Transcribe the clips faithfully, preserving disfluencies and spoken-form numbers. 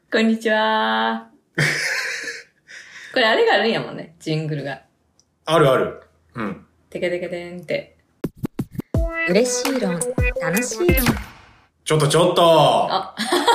こんにちは。これあれがあるんやもんね、ジングルが。 あるある。うん。 てけてけてんって。嬉しい論、楽しい論。 ちょっとちょっとあ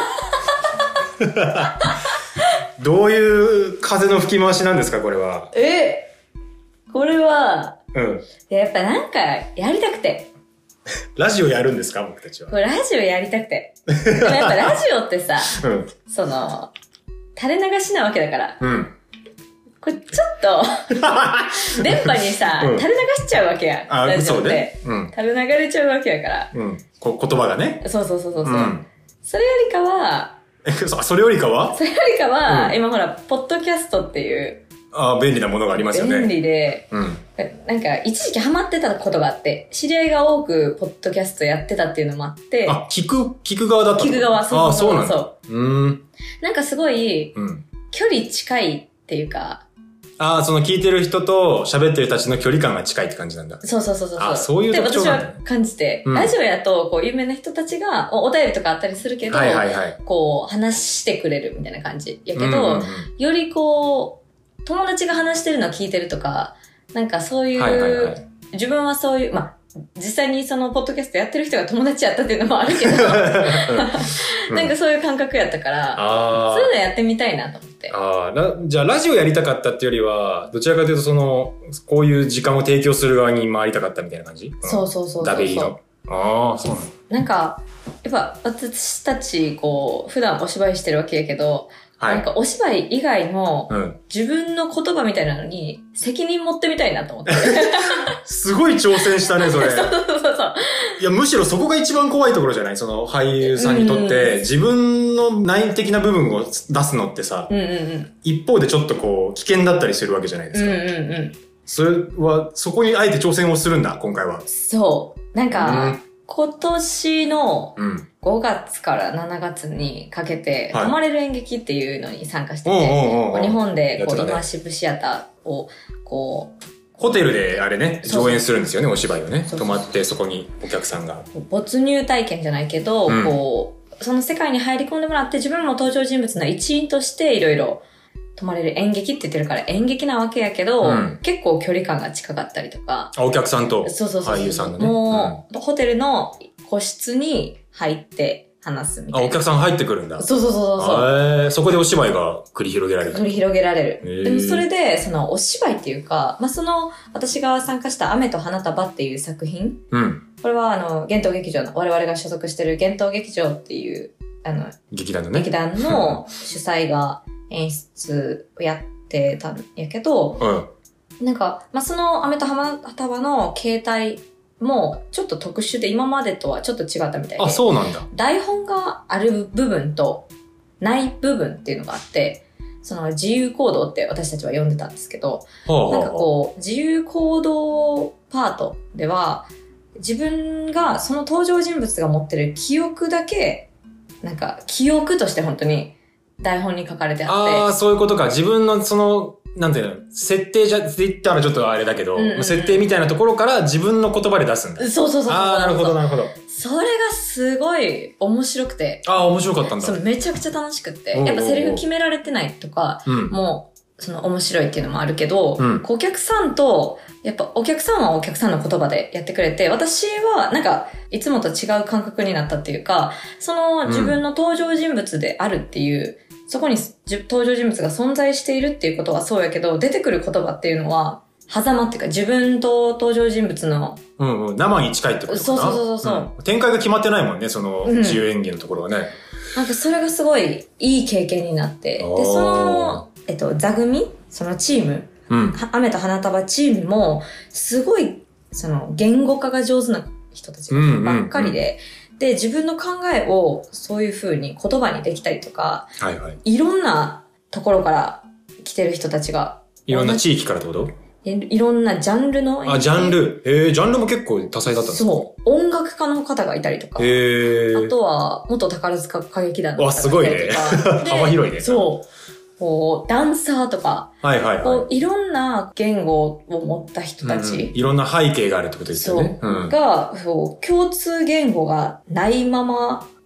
どういう風の吹き回しなんですか、これは。 えこれは、 うん。 やっぱなんかやりたくて。 ラジオやるんですか、僕たちは。 これラジオやりたくて。でもやっぱラジオってさ、 うん、 その、垂れ流しなわけだから。 うん。 これちょっと、電波にさ、うん、垂れ流しちゃうわけや。 あ、 ラジオって。 そうね。うん。 垂れ流れちゃうわけやから。 うん。こ言葉がね。 そうそうそうそう。うん、それよりかは、 え、そ、それよりかはそれよりかは、うん、今ほら、ポッドキャストっていう、 ああ、便利なものがありますよね。 便利で、 うん、 なんか、一時期ハマってたことがあって、知り合いが多く、ポッドキャストやってたっていうのもあって、 あ、聞く、聞く側だったの？ 聞く側、そうそうそう。あ、そうなんだ。 うん。 なんかすごい、うん、距離近いっていうか、 ああ、その聞いてる人と喋ってる人たちの距離感が近いって感じなんだ。 そうそうそうそう。 あ、そういう特徴なんだ、ね。 私は感じて、うん、ラジオやと、こう、有名な人たちが、お, お便りとかあったりするけど、 はいはいはい、 こう、話してくれるみたいな感じ。やけど、うんうんうん、よりこう、友達が話してるのを聞いてるとか、なんかそういう、はいはいはい、自分はそういう、まあ、実際にそのポッドキャストやってる人が友達やったっていうのもあるけど、なんかそういう感覚やったから、そういうのやってみたいなと思って。 ああ、じゃあラジオやりたかったっていうよりは、どちらかというとその、こういう時間を提供する側に回りたかったみたいな感じ？ そうそうそうそう。 ダベリの。ああ、そうなんだ。 なんか、やっぱ私たち、こう、普段お芝居してるわけやけど、はい、なんかお芝居以外の自分の言葉みたいなのに責任持ってみたいなと思って。 すごい挑戦したね、それ。 そうそうそうそう。 いや、むしろそこが一番怖いところじゃない？その俳優さんにとって自分の内的な部分を出すのってさ、うんうんうん、一方でちょっとこう危険だったりするわけじゃないですか。うんうんうん、それは、そこにあえて挑戦をするんだ、今回は。 そう。なんか、うん今年のごがつからしちがつにかけて、泊まれる演劇っていうのに参加してて、はい、日本でこう、ね、イマーシブシアターを、こう、 ホテルであれね、上演するんですよね、お芝居をね。泊まってそこにお客さんが。 没入体験じゃないけど、うん、こう、その世界に入り込んでもらって自分も登場人物の一員としていろいろ泊まれる演劇って言ってるから演劇なわけやけど、うん、結構距離感が近かったりとか。 あ、お客さんとそうそうそう俳優さんのね。 もう、うん、ホテルの個室に入って話すみたいな。 あ、お客さん入ってくるんだ。 そうそうそうそう。 えー、そこでお芝居が繰り広げられる。 繰り広げられる。えー、でもそれで、そのお芝居っていうか、まあ、その、私が参加した雨と花束っていう作品。うん。これはあの、幻冬劇場の、我々が所属してる幻冬劇場っていう、あの、 劇団のね。 劇団の主催が演出をやってたんやけど、うん。なんか、まあ、その雨と花束の形態、もうちょっと特殊で今までとはちょっと違ったみたいで。 あ、そうなんだ。 台本がある部分とない部分っていうのがあって、その自由行動って私たちは呼んでたんですけど、はあはあ、なんかこう、自由行動パートでは、自分がその登場人物が持ってる記憶だけ、なんか記憶として本当に台本に書かれてあって。 ああ、そういうことか。自分のその、なんていうの、設定じゃ、って言ったらちょっとあれだけど、うんうんうん、設定みたいなところから自分の言葉で出すんだ。 そうそうそうそう。 ああ、なるほどなるほど。 それがすごい面白くて。 ああ、面白かったんだ。 そう、めちゃくちゃ楽しくって。やっぱセリフ決められてないとか、うん、もう、その面白いっていうのもあるけど、うん、お客さんと、やっぱお客さんはお客さんの言葉でやってくれて、私はなんか、いつもと違う感覚になったっていうか、その自分の登場人物であるっていう、うんそこに登場人物が存在しているっていうことはそうやけど、出てくる言葉っていうのは、狭間っていうか自分と登場人物の。 うんうん、生に近いってことかな。 そうそうそうそう、 うん。展開が決まってないもんね、その自由演技のところはね。うん、 なんかそれがすごいいい経験になって。で、その、えっと、座組そのチーム、うん、雨と花束チームも、すごい、その、言語化が上手な人たちばっかりで、うんうんうんで、自分の考えをそういう風に言葉にできたりとか、はいはい。いろんなところから来てる人たちが。 いろんな地域からってこと？ いろんなジャンルの。 あ、ジャンル。えー、ジャンルも結構多彩だったんですか？ そう。音楽家の方がいたりとか。へー。あとは、元宝塚歌劇団の方がいたりとか。 わ、すごいね。幅広いね。 そう。こう、ダンサーとか、 はいはいはい。 こういろんな言語を持った人たち。 うんうん、いろんな背景があるってことですよね。 そう。うん、が、そう、共通言語がないまま、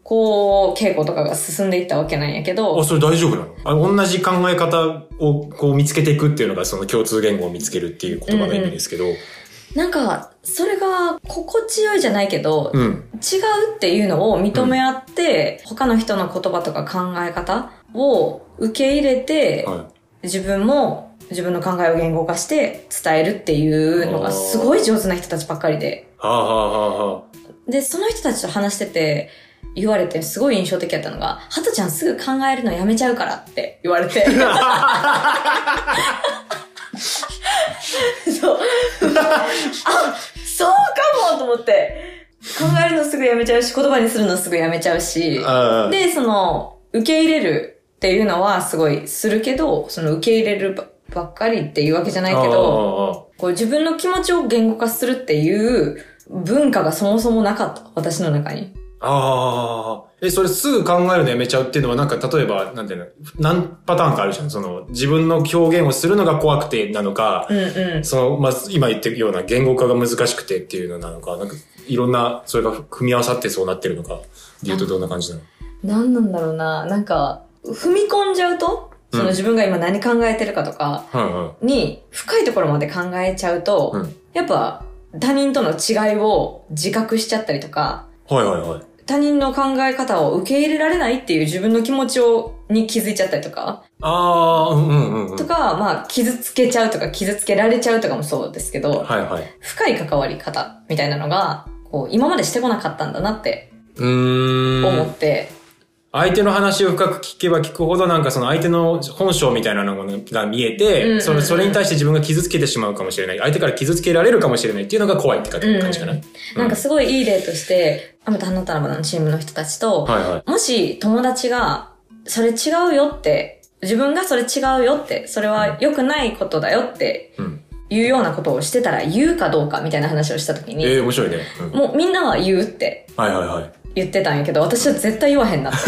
こう、稽古とかが進んでいったわけなんやけど。 あ、それ大丈夫なの？あ、同じ考え方をこう見つけていくっていうのがその共通言語を見つけるっていう言葉の意味ですけど。うんうん、 なんか、それが心地よいじゃないけど、うん、違うっていうのを認め合って、うん、他の人の言葉とか考え方を受け入れて、はい、自分も自分の考えを言語化して伝えるっていうのがすごい上手な人たちばっかりで。 はあはあはあはあ、 で、その人たちと話してて、言われてすごい印象的だったのが、ハトちゃんすぐ考えるのやめちゃうからって言われて。そう。あ、そうかもと思って。考えるのすぐやめちゃうし、言葉にするのすぐやめちゃうし。で、その、受け入れるっていうのはすごいするけど、その受け入れるばっかりっていうわけじゃないけど、こう自分の気持ちを言語化するっていう文化がそもそもなかった。私の中に。 ああ。え、それすぐ考えるのやめちゃうっていうのはなんか例えば、なんていうの、何パターンかあるじゃん。その、自分の表現をするのが怖くてなのか、うんうん、その、まあ、今言ってるような言語化が難しくてっていうのなのか、なんか、いろんな、それが組み合わさってそうなってるのか、で言うとどんな感じなの？ 何なんだろうな。なんか、踏み込んじゃうと、その自分が今何考えてるかとかに深いところまで考えちゃうと、うん、やっぱ他人との違いを自覚しちゃったりとか、 はいはいはい、 他人の考え方を受け入れられないっていう自分の気持ちをに気づいちゃったりとか、 ああ、うんうんうん、 とか、まあ傷つけちゃうとか傷つけられちゃうとかもそうですけど、 はいはい、 深い関わり方みたいなのがこう今までしてこなかったんだなって思って。 相手の話を深く聞けば聞くほどなんかその相手の本性みたいなのが見えて、うんうんうん、それ、それに対して自分が傷つけてしまうかもしれない。相手から傷つけられるかもしれないっていうのが怖いって感じかな。うんうん、 なんかすごいいい例として、あまた花束のチームの人たちと、はいはい、もし友達がそれ違うよって、自分がそれ違うよって、それは良くないことだよって、うんいうようなことをしてたら言うかどうかみたいな話をしたときに。 ええー、面白いね、 うん。もうみんなは言うって。 はいはいはい。 言ってたんやけど、私は絶対言わへんなって。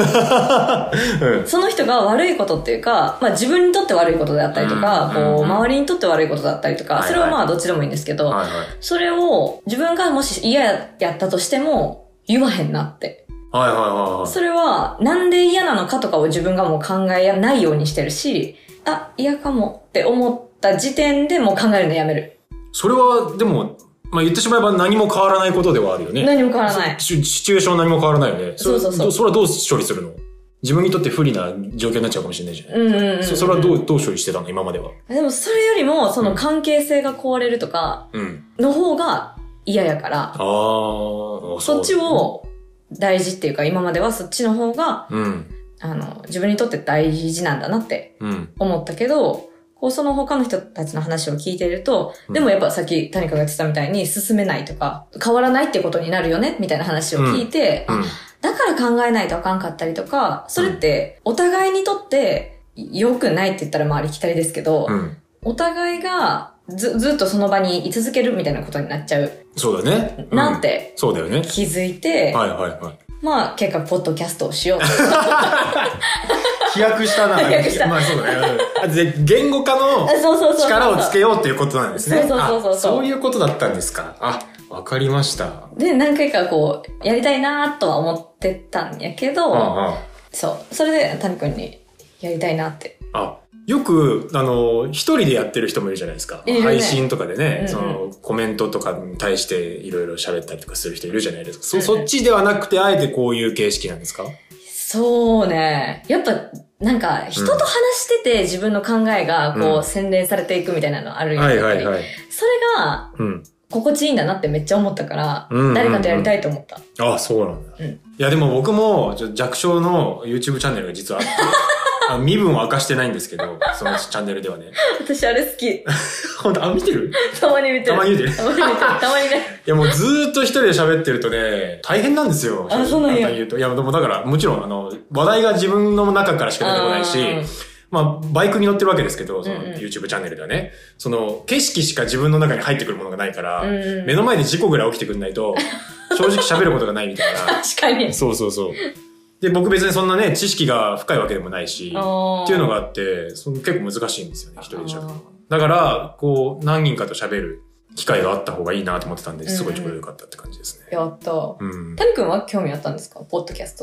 うん、その人が悪いことっていうか、まあ自分にとって悪いことであったりとか、うん、こう、周りにとって悪いことだったりとか、はいはい、それはまあどっちでもいいんですけど、はいはい、それを自分がもし嫌やったとしても言わへんなって。 はいはいはいはい。 それはなんで嫌なのかとかを自分がもう考えないようにしてるし、あ、嫌かもって思った時点でもう考えるのやめる。 それは、でも、まあ、言ってしまえば何も変わらないことではあるよね。 何も変わらない。 シチュエーション何も変わらないよね。 そうそうそう。 それはどう処理するの？自分にとって不利な状況になっちゃうかもしれないじゃん。うんうんうん、うん。そ, それはどう、どう処理してたの今までは。 でもそれよりも、その関係性が壊れるとか、の方が嫌やから、うん、あそっちを大事っていうか、今まではそっちの方が、うん、あの、自分にとって大事なんだなって思ったけど、うんこうその他の人たちの話を聞いていると、うん、でもやっぱさっき谷川が言ってたみたいに進めないとか、変わらないってことになるよねみたいな話を聞いて、うん、だから考えないとあかんかったりとか、それってお互いにとって良くないって言ったらまあありきたりですけど、うん、お互いがず、ずっとその場に居続けるみたいなことになっちゃう。 そうだね。 なって。 そうだよね。 気づいて、 はいはいはい。 まあ結果ポッドキャストをしようと。 飛躍したな。 飛躍した。 まあそうだね。言語化の力をつけようっていうことなんですね。 そうそうそうそう。 そういうことだったんですか。あ、わかりました。 で、何回かこう、やりたいなとは思ってたんやけど、ああそう。それで谷くんにやりたいなって。 あ、よく、あの、一人でやってる人もいるじゃないですか。ね、配信とかでね、うんうん、その、コメントとかに対していろいろ喋ったりとかする人いるじゃないですか。そ、うんうん、そっちではなくて、あえてこういう形式なんですか？ そうね。やっぱ、なんか、人と話してて自分の考えが、こう、うん、洗練されていくみたいなのあるよね。はいはいはい。それが、うん、心地いいんだなってめっちゃ思ったから、うんうんうん、誰かとやりたいと思った。 ああ、そうなんだ。うん、いや、でも僕も、弱小の YouTube チャンネルが実はあって、あ身分を明かしてないんですけど、そのチャンネルではね。 私あれ好き。 本当あ、見てる？ たまに見てる。 たまに見てる。 たまに見てる。たまにね。 いやもうずーっと一人で喋ってるとね、大変なんですよ。 あ、そうなんや。 言うと。いや、でもだから、もちろん、あの、話題が自分の中からしか出てこないし、まあ、バイクに乗ってるわけですけど、その YouTube チャンネルではね、その、景色しか自分の中に入ってくるものがないから、うんうん、目の前で事故ぐらい起きてくんないと、正直喋ることがないみたいな。 確かに。 そうそうそう。で、僕別にそんなね、知識が深いわけでもないし、っていうのがあって、その結構難しいんですよね、一人で喋る。だから、こう、何人かと喋る機会があった方がいいなと思ってたんで、すごいちょうどよかったって感じですね。 やった。うん。谷くんは興味あったんですか？ポッドキャスト。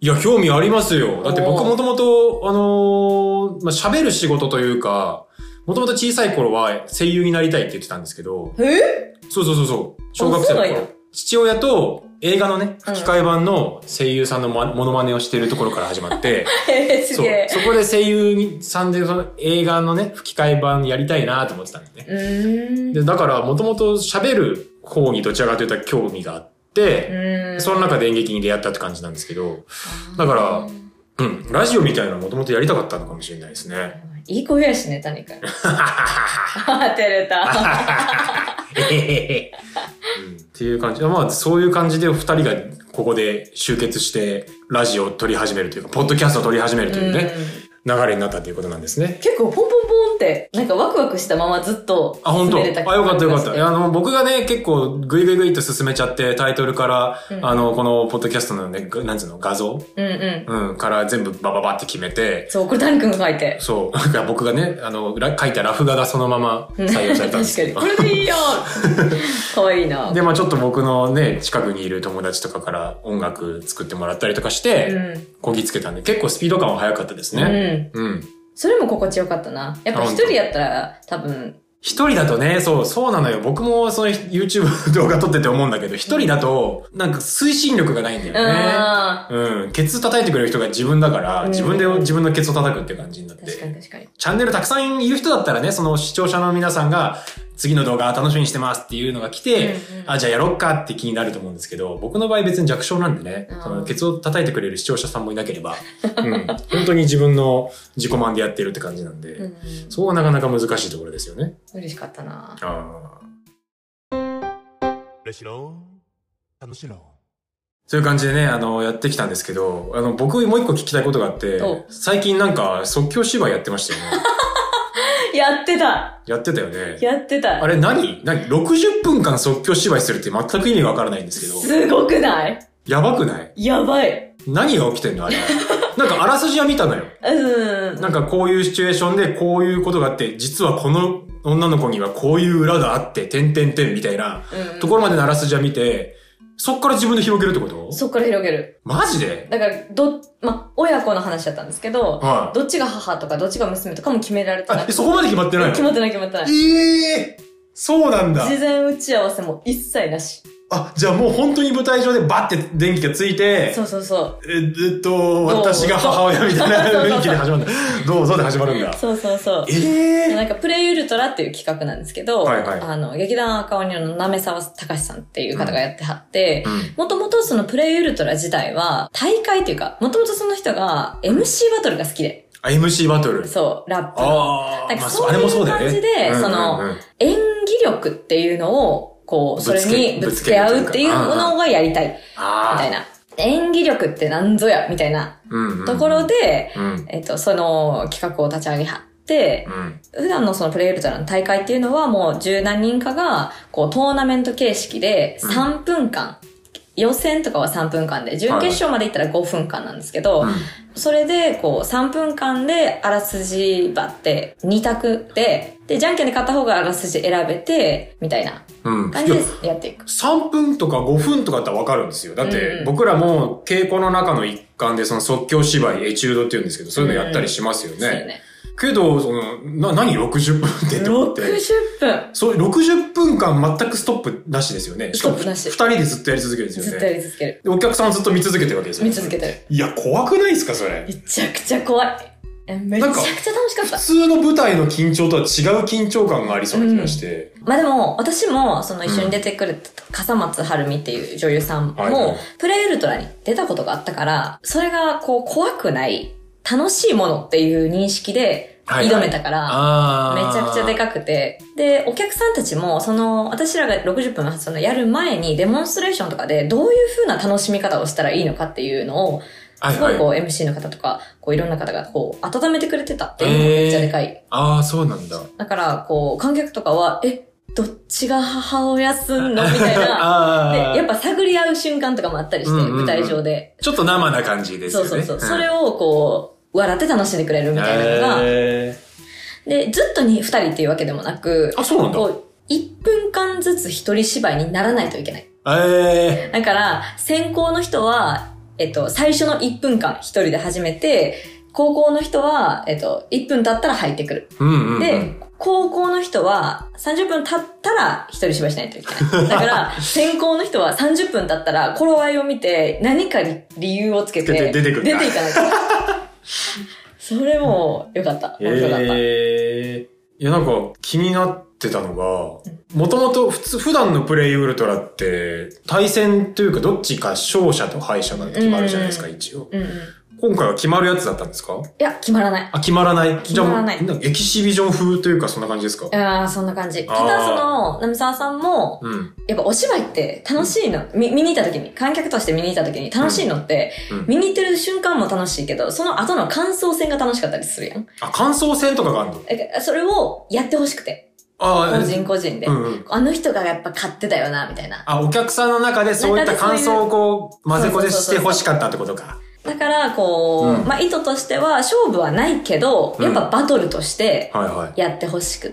いや、興味ありますよ。だって僕もともと、あのー、まあ、喋る仕事というか、もともと小さい頃は声優になりたいって言ってたんですけど。 えそうそうそうそう。小学生の頃。父親と映画のね、吹き替え版の声優さんのモノマネをしているところから始まって、 えー、すげえ。 そう。そこで声優さんでその映画のね、吹き替え版やりたいなと思ってたんだよね。 うーんで、 だからもともと喋る方にどちらかというと興味があって、その中で演劇に出会ったって感じなんですけど、だから、うん、ラジオみたいなのもともとやりたかったのかもしれないですね。 いい声やしね、谷君。照れた。 うん、っていう感じ。まあ、そういう感じで二人がここで集結して、ラジオを撮り始めるというか、ポッドキャストを撮り始めるというね、流れになったということなんですね。 結構ポンポンポンって、なんかワクワクしたままずっとあ、本当。あ、よかったよかった。あの、僕がね、結構グイグイグイと進めちゃって、タイトルから、うん、あの、このポッドキャストのね、なんつうの、画像うんうん。 うん、から全部バババって決めて。 そう、これ谷くんが書いて。 そう。なんか僕がね、あの、書いたラフ画がそのまま採用されたんですけど。 確かに。これでいいよかわいいな。 で、まあちょっと僕のね、近くにいる友達とかから音楽作ってもらったりとかして、うん、こぎつけたんで、結構スピード感は速かったですね。うん。うん。 それも心地よかったな。やっぱ一人やったら多分。 一人だとね、そう、そうなのよ。僕もその YouTube 動画撮ってて思うんだけど、一人だと、なんか推進力がないんだよね。うん。ケツ叩いてくれる人が自分だから、自分で自分のケツを叩くっていう感じになって。 確かに確かに。 チャンネルたくさんいる人だったらね、その視聴者の皆さんが、次の動画楽しみにしてますっていうのが来て、うんうん、あ、じゃあやろっかって気になると思うんですけど、僕の場合別に弱小なんでね、そのケツを叩いてくれる視聴者さんもいなければ、うん、本当に自分の自己満でやってるって感じなんで、うんうん、そこはなかなか難しいところですよね。 嬉しかったな。 あ嬉しいの楽しいのそういう感じでね、あの、やってきたんですけど、あの、僕もう一個聞きたいことがあって、最近なんか即興芝居やってましたよね。 やってた。 やってたよね。 やってた。 あれ何何 ?ろくじゅっぷんかん即興芝居するって全く意味がわからないんですけど。 すごくない？ やばくない？ やばい。 何が起きてんのあれ。なんかあらすじは見たのよ。うん。なんかこういうシチュエーションでこういうことがあって、実はこの女の子にはこういう裏があって、てんてんてんみたいなところまでのあらすじは見て、そっから自分で広げるってこと？ そっから広げる。 マジで？ だから、ど、ま、親子の話だったんですけど、はい、どっちが母とかどっちが娘とかも決められてなくて。 そこまで決まってないの？ 決まってない決まってない。 ええー、そうなんだ。 事前打ち合わせも一切なし。 あ、じゃあもう本当に舞台上でバッて電気がついて、 そうそうそう。 え、えっと、私が母親みたいな雰囲気で始まるんだ。どうぞで始まるんだ。 そうそうそう。 ええー。 なんかプレイウルトラっていう企画なんですけど、はいはい、あの、劇団赤鬼のなめさわたかしさんっていう方がやってはって、もともとそのプレイウルトラ自体は大会っていうか、もともとその人が エムシー バトルが好きで。 あ、エムシー バトル。 そう、ラップの。 ああ、 そういう感じで、その、演技力っていうのを、こう、それにぶつけ合うっていうものがやりたい。みたいな。演技力ってなんぞやみたいなところで、えっと、その企画を立ち上げはって、普段のそのプレイウルトラの大会っていうのはもう十何人かが、こう、トーナメント形式でさんぷんかん、予選とかはさんぷんかんで、準決勝まで行ったらごふんかんなんですけど、はい、それで、こう、さんぷんかんであらすじばってに択で、で、じゃんけんで勝った方があらすじ選べて、みたいな感じでやっていく。 うん、さんぷんとかごふんとかだったらわかるんですよ。だって、僕らも稽古の中の一環で、その即興芝居、エチュードって言うんですけど、そういうのやったりしますよね。うんうん、そうよね。けど、その、な、何ろくじゅっぷんってと思って。 ろくじゅっぷん。 そう、ろくじゅっぷんかん全くストップなしですよね。 ストップなし。 二人でずっとやり続けるんですよね。 ずっとやり続ける。 お客さんはずっと見続けてるわけですよね。 見続けてる。 いや、怖くないですか、それ。 めちゃくちゃ怖い。めちゃくちゃ楽しかった。 普通の舞台の緊張とは違う緊張感がありそうな気がして。 うん、まあでも、私も、その一緒に出てくる、笠松晴美っていう女優さんも、プレイウルトラに出たことがあったから、それがこう怖くない、楽しいものっていう認識で、挑めたから、はいはい、めちゃくちゃでかくて。で、お客さんたちも、その、私らがろくじゅっぷんのそのやる前にデモンストレーションとかでどういう風な楽しみ方をしたらいいのかっていうのを、すごいこう エムシー の方とか、こういろんな方がこう温めてくれてたっていうのがめっちゃでかい。 えー、ああ、そうなんだ。 だから、こう、観客とかは、え、どっちが母親すんのみたいな。で、やっぱ探り合う瞬間とかもあったりして、うんうんうん、舞台上で。 ちょっと生な感じですよね。 そうそうそう。それをこう、笑って楽しんでくれるみたいなのが、えー、で、ずっとに二人っていうわけでもなく、 あ、そうなんだ。 こう、いっぷんかんずつ一人芝居にならないといけない。 えー、 だから、先行の人は、 えっと、最初のいっぷんかん一人で始めて、高校の人は、えっと、いっぷん経ったら入ってくる。 うんうんうん、 で、高校の人はさんじゅっぷん経ったら一人芝居しないといけない。だから、専攻の人はさんじゅっぷん経ったら頃合いを見て何か理由をつけて、 出てくる出ていかないと。それも良かった。面白かった。 えー、いやなんか気になってたのが、もともと普通、普段のプレイウルトラって、対戦というかどっちか勝者と敗者が決まるじゃないですか、うんうん、一応。うんうん、今回は決まるやつだったんですか？ いや、決まらない。 あ、決まらない。 決まらない。 じゃあ、エキシビジョン風というかそんな感じですか？ ああ、そんな感じ。ただその、ナミサワさんも、うん、やっぱお芝居って楽しいの、うん、見、見に行った時に、観客として見に行った時に楽しいのって、うん、見に行ってる瞬間も楽しいけど、その後の感想戦が楽しかったりするやん。 あ、感想戦とかがあるの？ それをやってほしくて。あ個人個人で、うんうん。あの人がやっぱ買ってたよな、みたいな。 あ、お客さんの中でそういった感想をこう、混ぜこぜしてほしかったってことか。 だから、こう、うん、まあ、意図としては勝負はないけど、やっぱバトルとしてやってほしくって、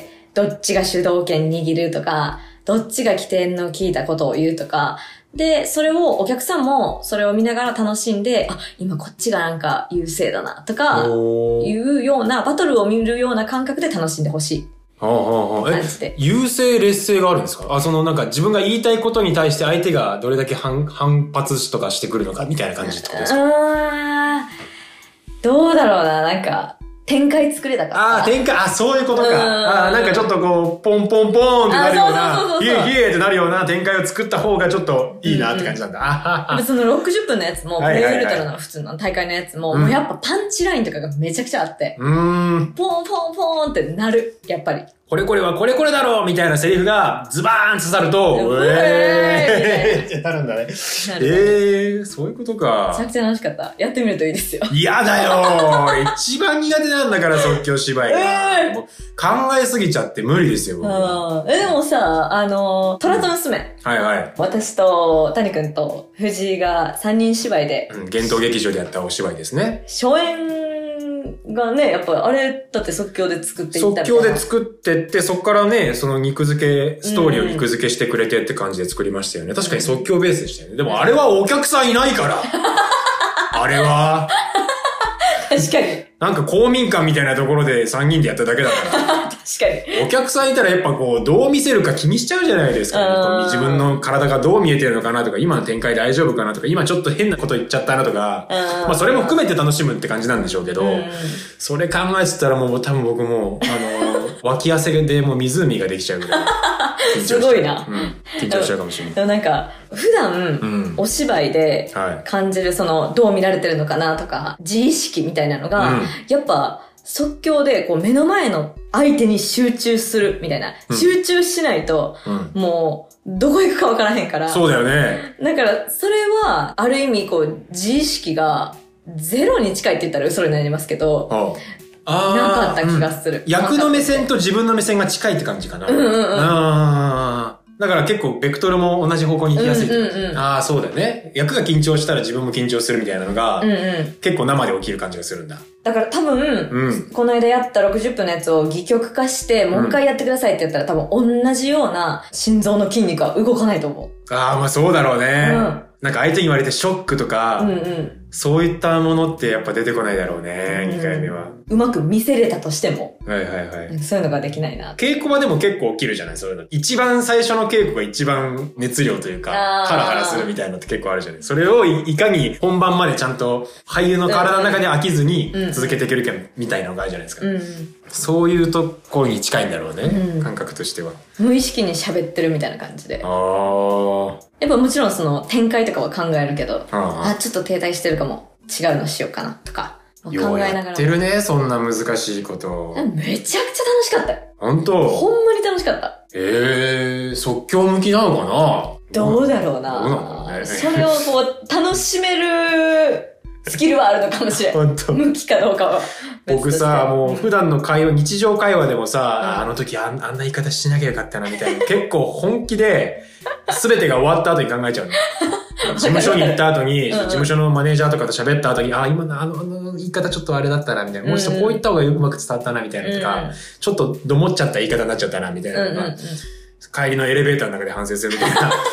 どっちが主導権握るとか、どっちが起点の効いたことを言うとか、で、それをお客さんもそれを見ながら楽しんで、あ、今こっちがなんか優勢だなとか、いうような、バトルを見るような感覚で楽しんでほしい。 はあはあ、え、優勢劣勢があるんですか？あ、そのなんか自分が言いたいことに対して相手がどれだけ反、反発とかしてくるのかみたいな感じってことですか？ あー、どうだろうな、なんか、展開作れたかああ、展開、あ、そういうことか。ああ、なんかちょっとこう、ポンポンポンってなるような、ヒエヒエってなるような展開を作った方がちょっといいなって感じなんだ。うんうん、 あそのろくじゅっぷんのやつも、プレイウルトラの普通の大会のやつも、うん、もうやっぱパンチラインとかがめちゃくちゃあって、うーんポンポンポンってなる、やっぱり。これこれはこれこれだろうみたいなセリフがズバーン刺さると、うえーってなるんだね。えー、そういうことか。 めちゃくちゃ楽しかった。やってみるといいですよ。 嫌だよ一番苦手なんだから、即興芝居が。えー、考えすぎちゃって無理ですよ。 あえでもさ、あの、虎と娘、うん。はいはい。私と谷くんと藤井がさんにん芝居で。 うん、幻冬劇場でやったお芝居ですね。 初演がね、やっぱあれだって即興で作っていったみたいな。 即興で作ってって、そっからね、その肉付け、ストーリーを肉付けしてくれてって感じで作りましたよね。確かに即興ベースでしたよね。でもあれはお客さんいないから。あれは。 確かに。 なんか公民館みたいなところでさんにんでやっただけだから。 確かに。 お客さんいたらやっぱこう、どう見せるか気にしちゃうじゃないですか。自分の体がどう見えてるのかなとか、今の展開大丈夫かなとか、今ちょっと変なこと言っちゃったなとか、まあそれも含めて楽しむって感じなんでしょうけど、それ考えてたらもう多分僕も、あの、脇汗でもう湖ができちゃうぐらい。 すごいな。 うん。緊張しちゃうかもしれない。 でもなんか、普段、お芝居で感じるその、どう見られてるのかなとか、自意識みたいなのが、うん、やっぱ、即興でこう目の前の相手に集中するみたいな。うん、集中しないと、うん、もう、どこ行くかわからへんから。 そうだよね。 だから、それは、ある意味こう、自意識がゼロに近いって言ったら嘘になりますけど、ああなかった気がする、 うん。役の目線と自分の目線が近いって感じかな。うんうんうん。あだから結構ベクトルも同じ方向に行きやすいって感じ、うんうんうん。ああ、そうだよね。役が緊張したら自分も緊張するみたいなのが、うんうん、結構生で起きる感じがするんだ。 だから多分、うん、この間やったろくじゅっぷんのやつを戯曲化して、もう一回やってくださいって言ったら、多分同じような心臓の筋肉は動かないと思う。 ああ、まあそうだろうね。うん、なんか相手に言われてショックとか、うんうん、そういったものってやっぱ出てこないだろうね、にかいめは。 うまく見せれたとしても。 はいはいはい。 そういうのができないな。 稽古場でも結構起きるじゃないそういうの。一番最初の稽古が一番熱量というか、ハラハラするみたいなのって結構あるじゃないそれを い, いかに本番までちゃんと俳優の体の中で飽きずに続けていけるかみたいなのがあるじゃないですか。うんうん、そういうところに近いんだろうね、うん、感覚としては。 無意識に喋ってるみたいな感じで。ああ。やっぱもちろんその展開とかは考えるけど、ああ、ちょっと停滞してるかも。違うのしようかなとか。考えながら。 やってるね、そんな難しいこと。 めちゃくちゃ楽しかったよ。 本当ほんまに楽しかった。 ええー、即興向きなのかなどうだろうな。どうなのね。それをこう、楽しめるスキルはあるのかもしれん。本当向きかどうかは。 僕さ、もう普段の会話、日常会話でもさ、うん、あの時あんあんな言い方しなきゃよかったなみたいな。結構本気で、すべてが終わった後に考えちゃうの。事務所に行った後に、事務所のマネージャーとかと喋った後に、あ、今のあの、あの言い方ちょっとあれだったな、みたいな。もうちょっとこう言った方がうまく伝わったな、みたいなとか、うん、ちょっとどもっちゃった言い方になっちゃったな、みたいなのが、うんうんうん、帰りのエレベーターの中で反省するみたいな。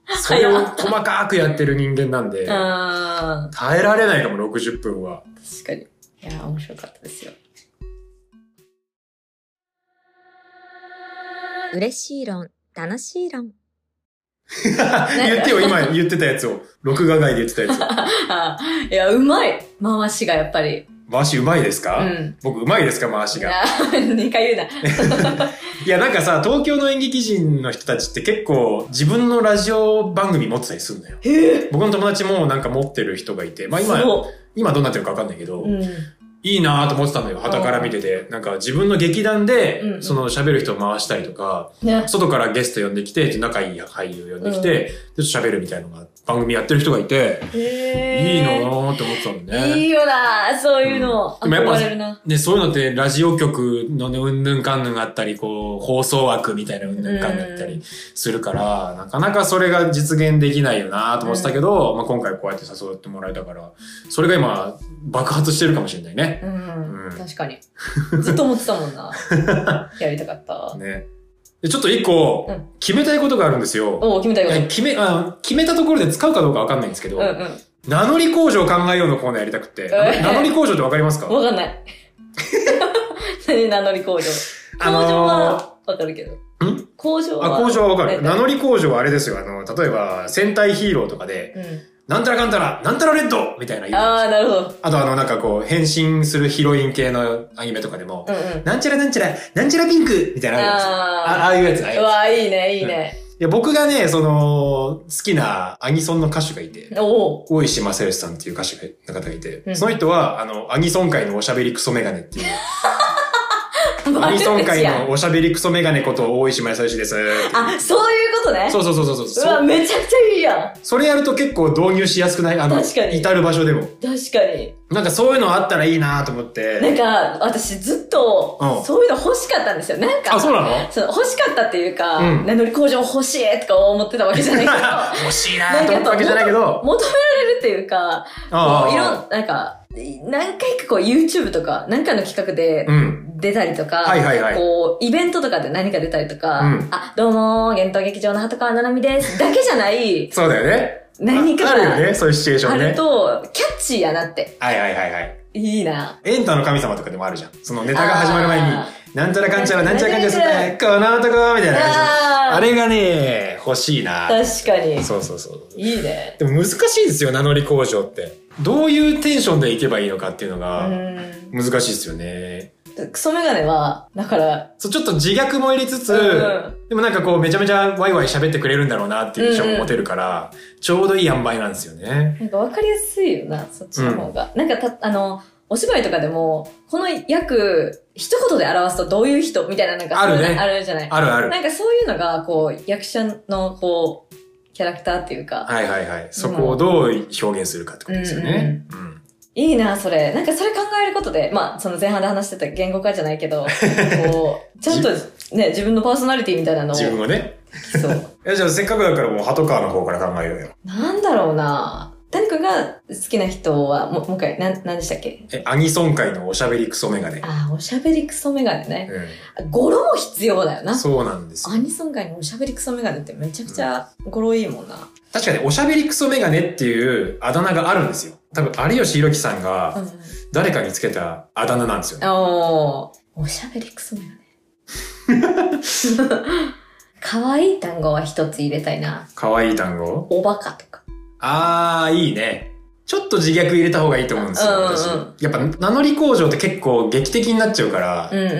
それを細かくやってる人間なんで、耐えられないかも、ろくじゅっぷんは。 確かに。いや、面白かったですよ。 嬉しい論、楽しい論。 言ってよ、今言ってたやつを。録画外で言ってたやつを。いや、うまい。回しがやっぱり。 回しうまいですか？ うん。 僕うまいですか回しが。 にかい言うな。 いや、なんかさ、東京の演劇人の人たちって結構自分のラジオ番組持ってたりするんだよ。 へ僕の友達もなんか持ってる人がいて、まあ今、今どうなってるかわかんないけど、うん、いいなぁと思ってたんだよ。傍から見てて。なんか自分の劇団で、うんうん、その喋る人を回したりとか、ね、外からゲスト呼んできて、仲いい俳優呼んできて、うん、で喋るみたいなのが、番組やってる人がいて、いいのって思ってたもんね。 いいよなぁ、そういうの。うん、でもやっぱ、 ね、そういうのってラジオ局のね、うんぬんかんぬんがあったり、こう、放送枠みたいなうんぬんかんぬんあったりするから、なかなかそれが実現できないよなぁと思ってたけど、うん、まあ今回こうやって誘ってもらえたから、それが今、爆発してるかもしれないね。 うん、うん、確かに。ずっと思ってたもんな。やりたかった。 ね。でちょっと一個、決めたいことがあるんですよ。 お決めたいこと。 決め、あ、決めたところで使うかどうかわかんないんですけど、うんうん、名乗り工場考えようのコーナーやりたくて。名乗り工場ってわかりますか？ わかんない。何名乗り工場。工場はわかるけど。 ん工場はあ、工場はわかる。名乗り工場はあれですよ。あの、例えば、戦隊ヒーローとかで、うんなんたらかんたら、なんたらレッドみたいな言う。 ああ、なるほど。 あとあの、なんかこう、変身するヒロイン系のアニメとかでも、うんうん、なんちゃらなんちゃら、なんちゃらピンクみたいなのあるんですよ。ああ、ああいうやつ、ああいうやつ。 うわ、いいね、いいね。 うん、いや、僕がね、その、好きなアニソンの歌手がいて、大石正義さんっていう歌手の方がいて、うん、その人は、あの、アニソン界のおしゃべりクソメガネっていう。アニソン界のおしゃべりクソメガネこと大石正義です。 あ、そういうことね。 そうそうそうそうそう。 うわ、めちゃくちゃいいやん。 それやると結構導入しやすくない？あの、確かに。至る場所でも。 確かに。 なんかそういうのあったらいいなと思って。 なんか、私ずっと、そういうの欲しかったんですよ。なんか、 あ、そうなの？ そう、欲しかったっていうか、うん、名乗り工場欲しいとか思ってたわけじゃないけど。 欲しいなと思ったわけじゃないけど。 求められるっていうか、こういろん、なんか、何回かこう YouTube とか、何かの企画で出たりとか、こう、イベントとかで何か出たりとか、うん、あ、どうもー、幻冬劇場の鳩川七海です。だけじゃない。 そうだよね。 何かあるよね、そういうシチュエーションね。 あると、キャッチーやなって。 はいはいはいはい。 いいな。 エンタの神様とかでもあるじゃん。そのネタが始まる前に、なんちゃらかんちゃら、なんちゃらかんちゃらするね、この男みたいな感じ。あれがね、欲しいな。 確かに。 そうそうそう。 いいね。 でも難しいですよ、名乗り工場って。どういうテンションでいけばいいのかっていうのが、難しいですよね。 クソメガネは、だから、 そう、ちょっと自虐も入れつつ、うん、でもなんかこうめちゃめちゃワイワイ喋ってくれるんだろうなっていう印象も持てるから、うんうん、ちょうどいい塩梅なんですよね。 なんかわかりやすいよな、そっちの方が。うん、なんかた、あの、お芝居とかでも、この役、一言で表すとどういう人みたいななんか、 あるね。 あるじゃない。 あるある。 なんかそういうのが、こう、役者の、こう、キャラクターっていうか。 はいはいはい。そこをどう表現するかってことですよね。うん、うんうんいいな、それ。なんかそれ考えることで、まあ、その前半で話してた言語化じゃないけど、こう、ちゃんとね、自分のパーソナリティみたいなのを。 自分をね。 そう。 え、じゃあせっかくだからもう、鳩川の方から考えようよ。 なんだろうな。谷君が好きな人は、もう、もう一回、なん、なんでしたっけえ、アニソン界のおしゃべりクソメガネ。 ああ、おしゃべりクソメガネね。うん。語呂も必要だよな。 そうなんですよ。 アニソン界のおしゃべりクソメガネってめちゃくちゃ語呂いいもんな。うん、 確かに、おしゃべりクソメガネっていうあだ名があるんですよ。多分、有吉弘樹さんが、誰かにつけたあだ名なんですよね。 うん、おー。おしゃべりクソメガネ。可愛い単語は一つ入れたいな。 可愛い単語？ おバカとか。 あー、いいね。ちょっと自虐入れた方がいいと思うんですよ、うんうん、私。やっぱ、名乗り工場って結構劇的になっちゃうから、うんうんうん、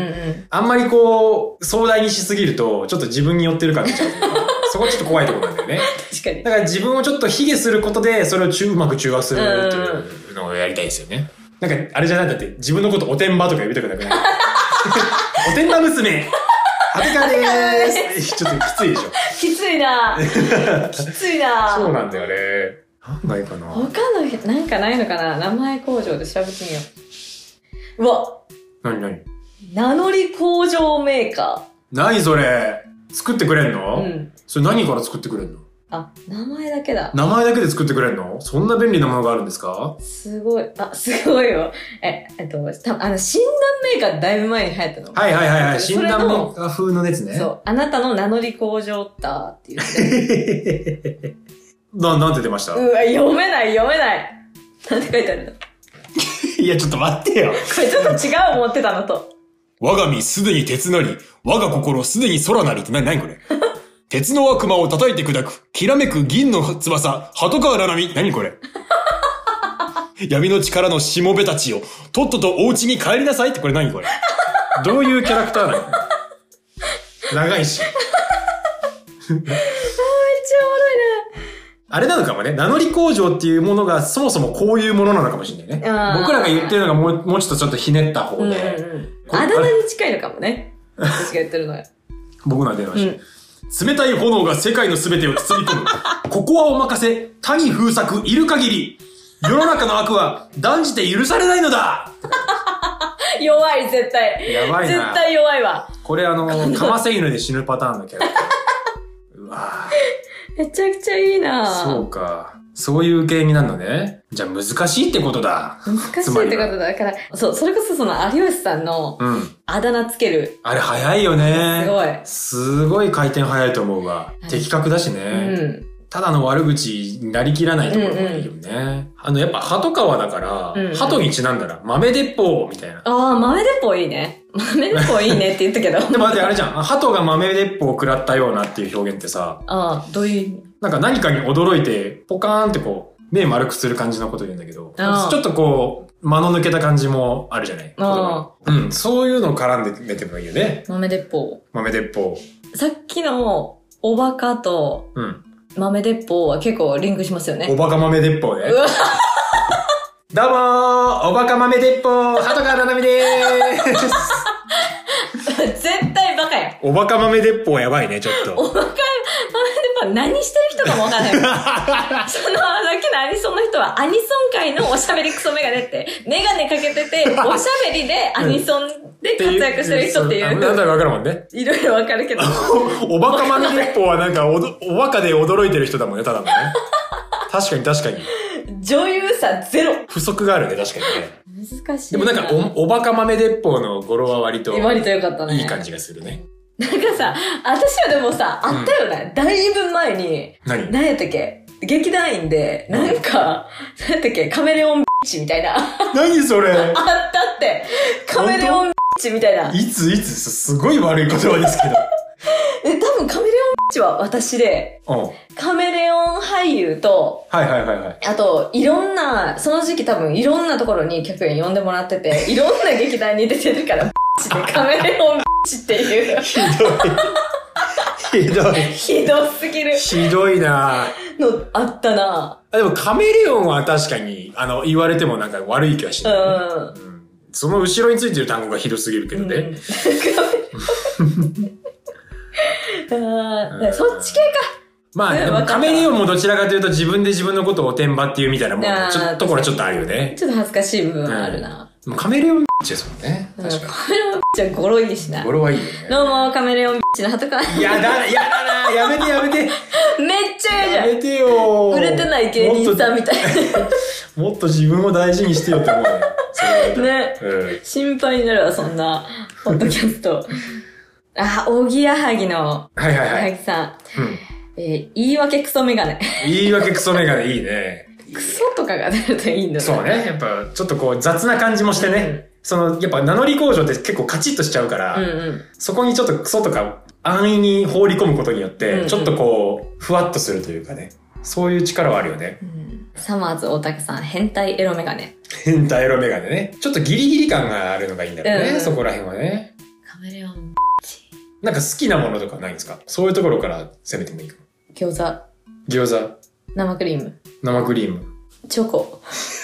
あんまりこう、壮大にしすぎると、ちょっと自分に寄ってる感じちゃう。そこはちょっと怖いところなんだよね。 確かに。 だから自分をちょっと卑下することで、それを中うまく中和するっていうのをやりたいですよね。なんか、あれじゃないんだって、自分のことおてんばとか呼びたくなくないおてんば娘はてかでーすちょっときついでしょ。 きついなきついなそうなんだよね。なんないかな他の、なんかないのかな名前工場で調べてみよう。うわなになに名乗り工場メーカー。なにそれ作ってくれんのうん。それ何から作ってくれんのあ、名前だけだ。 名前だけで作ってくれるの？そんな便利なものがあるんですか？ すごい。あ、すごいよ。え、えっと、たあの、診断メーカーだいぶ前に流行ったの。 はいはいはいはい。診断メーカー風のやつね。 そう。あなたの名乗り工場ったっていう。 な、なんて出ました？ うわ、読めない読めない。なんて書いてあるの？ いや、ちょっと待ってよ。 これちょっと違う思ってたのと。 我が身すでに鉄なり、我が心すでに空なりってな、なにこれ？鉄の悪魔を叩いて砕く、きらめく銀の翼、鳩川七海。何これ？闇の力のしもべたちよ、とっととお家に帰りなさいってこれ何これ？どういうキャラクターなの？長いし。 めっちゃおもろいね。 あれなのかもね。名乗り工場っていうものがそもそもこういうものなのかもしれないね。僕らが言ってるのがもう、もうちょっとちょっとひねった方で。うんうん、 あだ名に近いのかもね。私が言ってるのは。 僕のは出ました。うん冷たい炎が世界の全てを包み込む。ここはお任せ。他に封鎖いる限り。世の中の悪は断じて許されないのだ。 弱い、絶対。 やばいな。 絶対弱いわ。 これあの、かませ犬で死ぬパターンのキャラクター。うわめちゃくちゃいいな。 そうか。そういう系になるのね。じゃあ難しいってことだ。 難しいってことだ。だから、そう、それこそその有吉さんの、あだ名つける、 うん。あれ早いよね。 すごい。 すごい回転早いと思うわ。的確だしね。うん。ただの悪口になりきらないところもいいよね。うんうん、あの、やっぱ鳩川だから、うんうん、鳩にちなんだら豆鉄砲みたいな。 ああ、豆鉄砲いいね。豆鉄砲いいねって言ったけど。 でも待ってあれじゃん。鳩が豆鉄砲を食らったようなっていう表現ってさ。 ああ、どういう意味？ なんか何かに驚いて、ポカーンってこう、目丸くする感じのこと言うんだけど、ちょっとこう、間の抜けた感じもあるじゃない？うん。そういうの絡んで出てもいいよね。 豆鉄砲。豆鉄砲。 さっきの、おバカと、うん。豆鉄砲は結構リンクしますよね。 おバカ豆鉄砲ね。どうもー、おバカ豆鉄砲、鳩川七海でーす。 絶対バカや。 おバカ豆鉄砲やばいね、ちょっと。 おバカ豆鉄砲何してる人かもわかんない。その、さっきのアニソンの人はアニソン界のおしゃべりクソメガネって、メガネかけてて、おしゃべりでアニソンで活躍してる人っていう。 なんだかわかるもんね。 いろいろわかるけど。 おバカ豆鉄砲はなんかお、おバカで驚いてる人だもんね、ただのね。確かに確かに。 女優さゼロ。 不足があるね、確かにね。 難しい。 でもなんかお、おバカ豆鉄砲の語呂は割と。 割とよかったね。 いい感じがするね。 なんかさ、私はでもさ、あったよね。うん、だいぶ前に。 何？ 何やったっけ？劇団員で、なんか、何やったっけ？カメレオンビッチみたいな。 何それ？ あったって。カメレオンビッチみたいな。 いついつすごい悪い言葉ですけど。 え、多分カメレオンビッチは私で、カメレオン俳優と、 はいはいはいはい。 あと、いろんな、その時期多分いろんなところに客演呼んでもらってて、いろんな劇団に出てるから、ビッチでカメレオンビッチっていう。 ひどい。ひどい。 ひどすぎる。 ひどいなの、あったなあでもカメレオンは確かに、あの、言われてもなんか悪い気はしない、ね。うん、うん。その後ろについてる単語がひどすぎるけどね。うんあそっち系か。 まあ、でもカメレオンもどちらかというと自分で自分のことをおてんばっていうみたいなもん、ちょっところちょっとあるよね。 ちょっと恥ずかしい部分はあるな。 うん、カメレオンビッチですもんね。 確かに。カメレオンビッチはゴロいいしな。 ゴロはいいよね。 どうも、カメレオンビッチの鳩川。 やだ、やだな、やめてやめて。 めっちゃ嫌じゃん。 やめてよ。 売れてない芸人さんみたいな。もっと自分を大事にしてよって思うね。 ね、うん。心配になるわ、そんな、ポッドキャスト。あ、おぎやはぎの、 はいはいはい。 やはぎさん。うん。えー、言い訳クソメガネ。 言い訳クソメガネいいね。 クソとかが出るといいんだね。 そうね。やっぱ、ちょっとこう雑な感じもしてね。うん、その、やっぱ名乗り工場って結構カチッとしちゃうから、うんうん、そこにちょっとクソとか安易に放り込むことによって、うんうん、ちょっとこう、ふわっとするというかね。そういう力はあるよね。うん、 サマーズ大竹さん、変態エロメガネ。 変態エロメガネね。ちょっとギリギリ感があるのがいいんだろうね。うん、そこら辺はね。 カメレオン。 なんか好きなものとかないんですか？そういうところから攻めてもいいかも。 餃子。 餃子。 生クリーム。 生クリーム。 チョコ。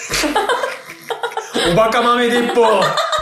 おバカ豆鉄砲。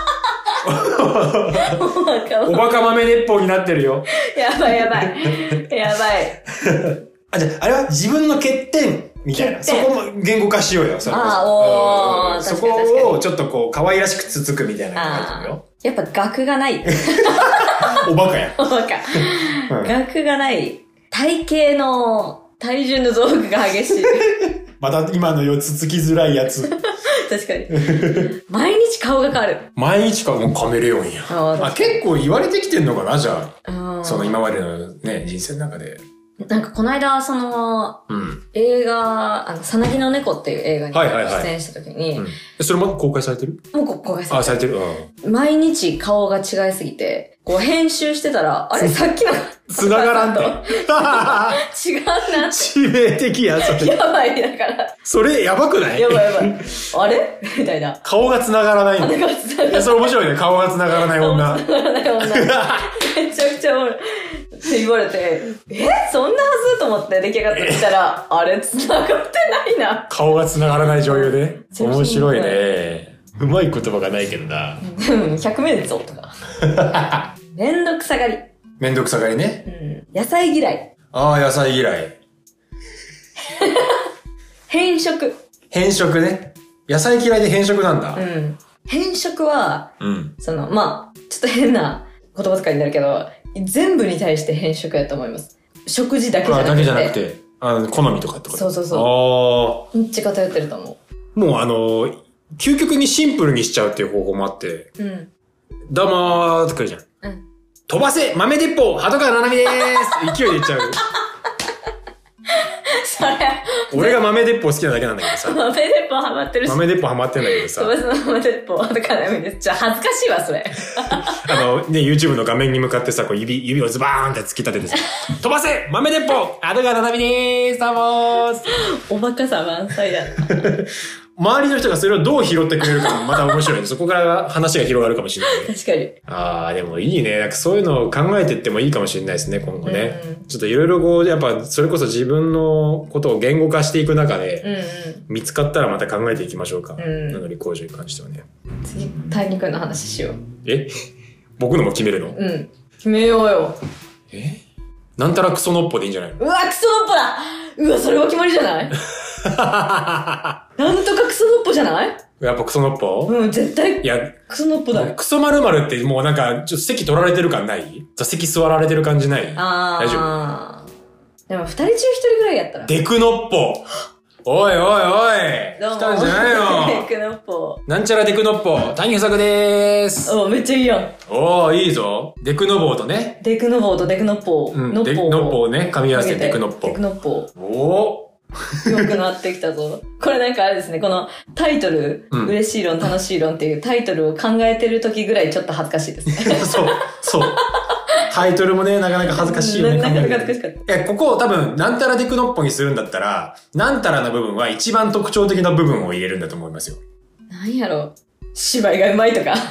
おバカ豆鉄砲になってるよ。 やばいやばい。やばい。 あ、じゃあ、あれは自分の欠点みたいな。そこも言語化しようよ。そああ、おー。 そこをちょっとこう、可愛らしくつつくみたいなのが書いてるよ。 やっぱ学がない。 おバカや。 おバカ。学がない。体型の、 体重の増幅が激しい。 また今のよつつきづらいやつ。 確かに。毎日顔が変わる。 毎日顔もカメレオンや。あ、結構言われてきてんのかな、じゃあ。あその今までのね、人生の中で。 なんかこの間、その、うん、映画、あの、さなぎの猫っていう映画に出演した時に、はいはいはいうん、 それも公開されてる？ もう公開されてる。 あ、されてる。 うん、毎日顔が違いすぎて、こう編集してたら、あれさっきの繋がらんて。違うなって。 致命的や、それ。 やばい、だから。 それ、やばくない？ やばいやばい。あれみたいな。 顔が繋がらないの。 顔が繋がらない。いや、 それ面白いね。顔が繋がらない女。 繋がらない女。めちゃくちゃおもろい。って言われて、えそんなはずと思って出来上がってきたら、あれ繋がってないな。 顔が繋がらない女優で。面白いね。うまい言葉がないけどな。 ひゃくめんぞとか。めんどくさがり。 めんどくさがりね。 うん。野菜嫌い。 ああ、野菜嫌い。 変色。 変色ね。野菜嫌いで変色なんだ。 うん。変色は、うん、その、まあ、ちょっと変な言葉遣いになるけど、全部に対して変色やと思います。食事だけじゃなくて。あ、だけじゃなくて。 あの、好みとかってこと？ そうそうそう。ああ。めっちゃ偏ってると思う。もうあの、究極にシンプルにしちゃうっていう方法もあって。うん。どうもーって来るじゃん。うん。飛ばせ豆鉄砲鳩川七海でーす勢いで言っちゃう。 それ。 俺が豆鉄砲好きなだけなんだけどさ。 豆鉄砲ハマってるし。 豆鉄砲ハマってんだけどさ。 飛ばせ豆鉄砲鳩川七海です。ちょ、恥ずかしいわ、それ。 あの、ね、YouTube の画面に向かってさ、こう指、指をズバーンって突き立ててさ、飛ばせ豆鉄砲鳩川七海でーすどうもーすおバカさ満載だな。 周りの人がそれをどう拾ってくれるかもまた面白い。そこから話が広がるかもしれない。 確かに。 ああ、でもいいね。なんかそういうのを考えていってもいいかもしれないですね、今後ね。うん、ちょっといろいろこう、やっぱそれこそ自分のことを言語化していく中で、うんうん、見つかったらまた考えていきましょうか。うん、なのに工場に関してはね。 次、大陸の話しよう。 え僕のも決めるの？ うん。決めようよ。 えなんたらクソノッポでいいんじゃないの？ うわ、クソノッポだ！うわ、それは決まりじゃないなんとかクソノッポじゃない？ やっぱクソノッポ？ うん、絶対。いや、クソノッポだよ。 クソ〇〇ってもうなんか、ちょっと席取られてる感ない？座席座られてる感じない？あー。大丈夫？ でも二人中一人ぐらいやったら。 デクノッポおいおいおい来たんじゃないのデクノッポなんちゃらデクノッポ谷作でーすおめっちゃいいやん。 おー、いいぞ。デクノボーとね。 デクノボーとデクノッポー。 うん、ノッポー。ノッポーね、噛み合わせてデクノッポー。 デクノッポー。 おー。よくなってきたぞ。これなんかあれですね、このタイトル、うん、嬉しい論、楽しい論っていうタイトルを考えてる時ぐらいちょっと恥ずかしいですね。 そう、そう。タイトルもね、なかなか恥ずかしいよね。 なかなか恥ずかしかった。 いや、ここを多分、なんたらデクノッポにするんだったら、なんたらの部分は一番特徴的な部分を入れるんだと思いますよ。 なんやろ芝居がうまいとか。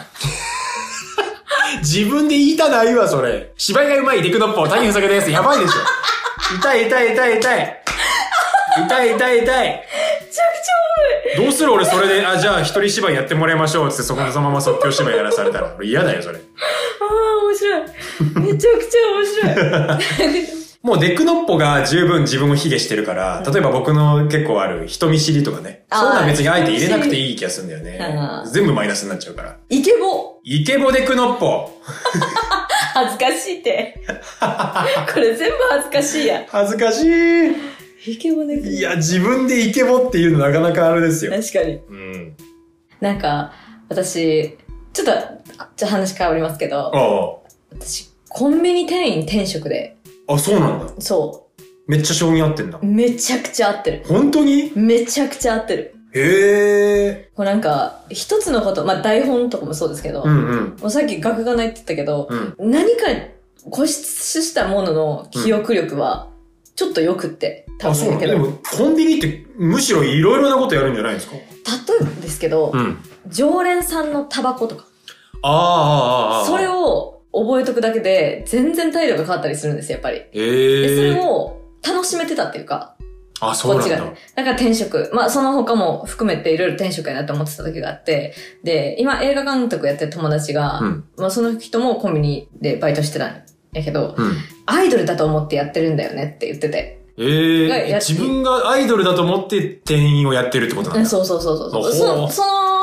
自分で言いたないわ、それ。芝居がうまいデクノッポ、谷ふさくです。やばいでしょ。痛い痛い痛い痛い。痛い痛い痛い。 めちゃくちゃおもろい。 どうする俺それで、あ、じゃあ一人芝居やってもらいましょうってそこのそのまま即興芝居やらされたら。俺嫌だよ、それ。 ああ、面白い。めちゃくちゃ面白い。 もうデクノッポが十分自分を卑下してるから、例えば僕の結構ある人見知りとかね。そういうのは別にあえて入れなくていい気がするんだよね。全部マイナスになっちゃうから。 イケボイケボデクノッポ恥ずかしいって。これ全部恥ずかしいや。 恥ずかしい。 イケボデクノッポ。 いや、自分でイケボっていうのなかなかあれですよ。 確かに。うん。なんか、私、ちょっと、じゃあ話変わりますけど、ああ私、コンビニ店員転職で。 あ、そうなんだ。 そう。 めっちゃ性に合ってんだ。 めちゃくちゃ合ってる。 本当に？ めちゃくちゃ合ってる。 へー。 こうなんか、一つのこと、まあ台本とかもそうですけど、うんうん、もうさっき学がないって言ったけど、うん、何か固執したものの記憶力は、ちょっと良くって、 多分だけど。あ、そう。でも、コンビニってむしろいろいろなことやるんじゃないですか？例えばですけど、うん、常連さんのタバコとか。 ああ、ああ、 それを、覚えとくだけで、全然態度が変わったりするんですよ、やっぱり。えー、で、それを楽しめてたっていうか。 あ、そうなんだ。こっちがね。 だから転職。まあ、その他も含めていろいろ転職やなって思ってた時があって、で、今映画監督やってる友達が、うん、まあ、その人もコンビニでバイトしてたんやけど、うん、アイドルだと思ってやってるんだよねって言ってて。 ええー、自分がアイドルだと思って店員をやってるってことなんだ。 そうそうそうそう。その、その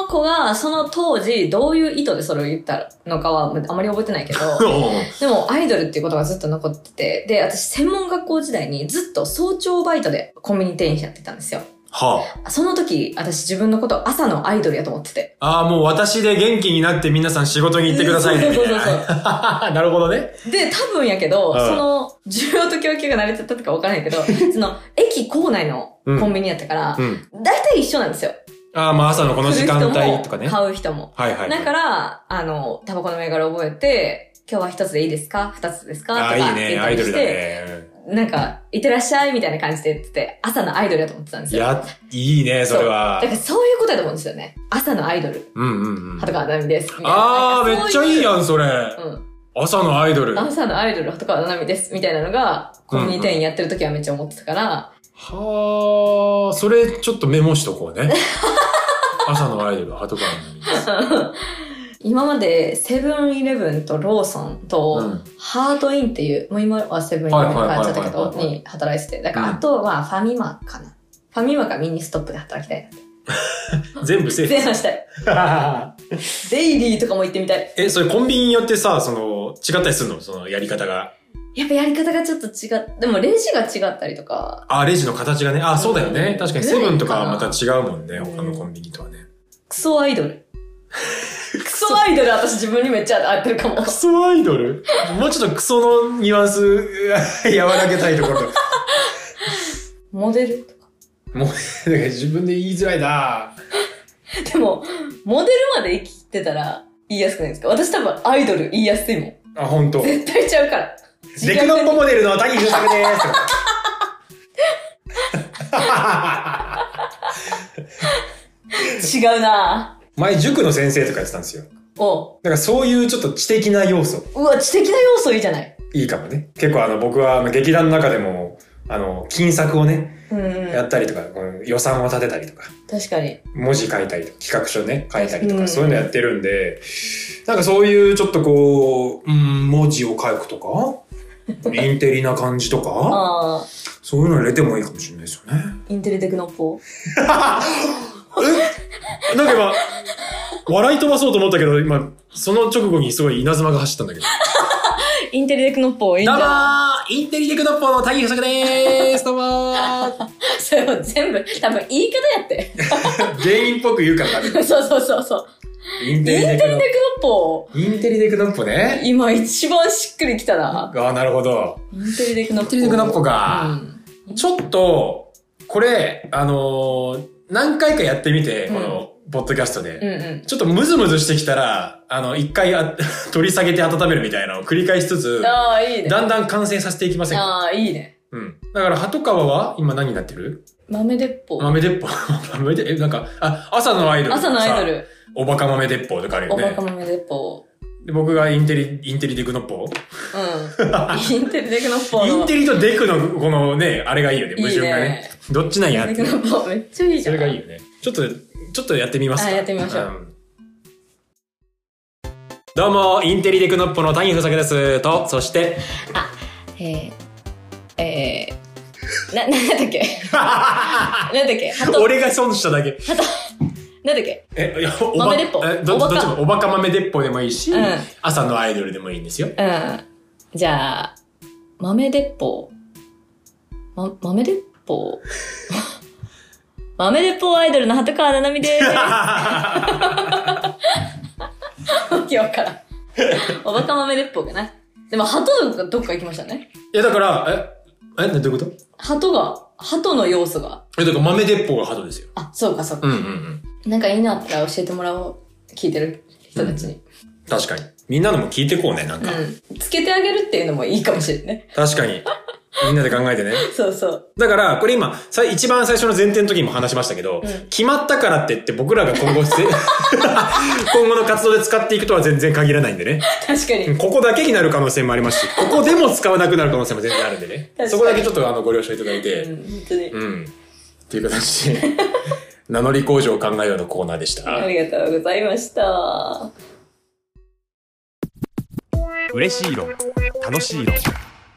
子がその当時どういう意図でそれを言ったのかはあまり覚えてないけど、でもアイドルっていうことがずっと残ってて、で、私専門学校時代にずっと早朝バイトでコンビニ店員やってたんですよ。はあ、その時、私自分のこと朝のアイドルやと思ってて。 ああ、もう私で元気になって皆さん仕事に行ってくださいね。そうそうそうそう。なるほどね。 で、多分やけど、その、需要と供給が成り立ったとかわからないけど、その、駅構内のコンビニやったから、うんうん、大体一緒なんですよ。 ああ、まあ朝のこの時間帯とかね。 買う人も。 はいはい、はい。 だから、あの、タバコの銘柄覚えて、今日は一つでいいですか二つですかとか言ったりして。ああ、いいね。アイドルだね。なんか、いってらっしゃいみたいな感じで言ってて、朝のアイドルだと思ってたんですよ。 いや、いいね、それは。 だからそういうことだと思うんですよね。朝のアイドル。 うんうんうん。 鳩川奈美です。 ああ、めっちゃいいやん、それ。うん。朝のアイドル。 朝のアイドル、鳩川奈美です。みたいなのが、コンビニ店員やってる時はめっちゃ思ってたから。うんうん、 はあ、それちょっとメモしとこうね。朝のアイドル、鳩川奈美です。 今までセブンイレブンとローソンとハートインっていう、もう今はセブンイレブンに変わっちゃったけど、に働いてて。だからあとはファミマかな。ファミマかミニストップで働きたいな。全部セーフ。 全部したい。デイリーとかも行ってみたい。 え、それコンビニによってさ、その、違ったりするのそのやり方が。 やっぱやり方がちょっと違っ、でもレジが違ったりとか。 あ、レジの形がね。あ、そうだよね。確かにセブンとかはまた違うもんね。他のコンビニとはね。 クソアイドル。クソアイドル私自分にめっちゃ合ってるかも。 クソアイドルもうちょっとクソのニュアンス和らげたいところ。 モデルとか。 もう、だから自分で言いづらいなでも、モデルまで生きてたら言いやすくないですか？私多分アイドル言いやすいもん。 あ、ほんと。 絶対ちゃうから。 デクノッポモデルの谷優作でーす。違うなぁ。 前塾の先生とかやってたんですよ。おう。だからそういうちょっと知的な要素。 うわ、知的な要素いいじゃない。 いいかもね。結構あの僕は劇団の中でも、あの、金策をね、うんうん、やったりとか、予算を立てたりとか。 確かに。 文字書いたりとか、企画書ね、書いたりとか、うんうん、そういうのやってるんで、なんかそういうちょっとこう、うん、文字を書くとか、インテリな感じとか、あそういうの入れてもいいかもしれないですよね。 インテリテクノッポえなんか今、笑い飛ばそうと思ったけど、今、その直後にすごい稲妻が走ったんだけど。 インテリテクノッポいいんじゃないどうもーインテリテクノッポの谷優作でーすどうもーそれも全部、多分言い方やって。 芸人っぽく言うからね。そうそうそうそう。インテリテクノッポ。 インテリテクノッポね。 今一番しっくりきたな。 ああ、なるほど。 インテリテクノッポ。 インテリテクノッポか。うん、ちょっと、これ、あのー、何回かやってみて、うん、この、ポッドキャストで、うんうん、ちょっとムズムズしてきたら、あの、一回あ取り下げて温めるみたいなのを繰り返しつつ、 ああ、いいね。 だんだん完成させていきませんか？ ああ、いいね。 うん。だから、鳩川は今何になってる？ 豆鉄砲。 豆鉄砲豆で、え、なんか、あ、朝のアイドル。 朝のアイドル。 おバカ豆鉄砲とかあるよね。 おバカ豆鉄砲。 で、僕がインテリ、インテリデクノッポうん。インテリデクノッポ。 インテリとデクの、このね、あれがいいよね。矛盾がね。いいねどっちなんやって。 デクノッポめっちゃいいじゃん。 それがいいよね。ちょっと、ちょっとやってみますか。 あ、やってみましょう。うん、 どうも、インテリデクノッポの谷藤作です。と、そして。 あ、えー、えー、な、なんだっけなんだっけ俺が損しただけ。 はと、なんだっけえ、いや、 おば、豆鉄砲。 え、ど、どっちも、おバカ豆鉄砲でもいいし、うん、朝のアイドルでもいいんですよ。 うん。じゃあ、豆鉄砲。ま、豆鉄砲豆鉄砲アイドルの鳩川七海でーす。わけわからん。おバカ豆鉄砲かな。でも鳩がどっか行きましたね。 いやだから、え、え、どういうこと鳩が、鳩の要素が。 え、だから豆鉄砲が鳩ですよ。 あ、そうかそうか。 うんうんうん。なんかいいなったら教えてもらおう。聞いてる人たちに。うん、 確かに。みんなのも聞いてこうね、なんか。 うん。つけてあげるっていうのもいいかもしれないね。 確かに。みんなで考えてね。 そうそう。 だから、これ今、さ一番最初の前提の時にも話しましたけど、うん、決まったからって言って僕らが今後、今後の活動で使っていくとは全然限らないんでね。 確かに。 ここだけになる可能性もありますし、ここでも使わなくなる可能性も全然あるんでね。そこだけちょっとあのご了承いただいて。 うん、本当に。 うん。っていう形で、名乗り工場を考えようのコーナーでした。 ありがとうございました。 嬉しい論、楽しい論。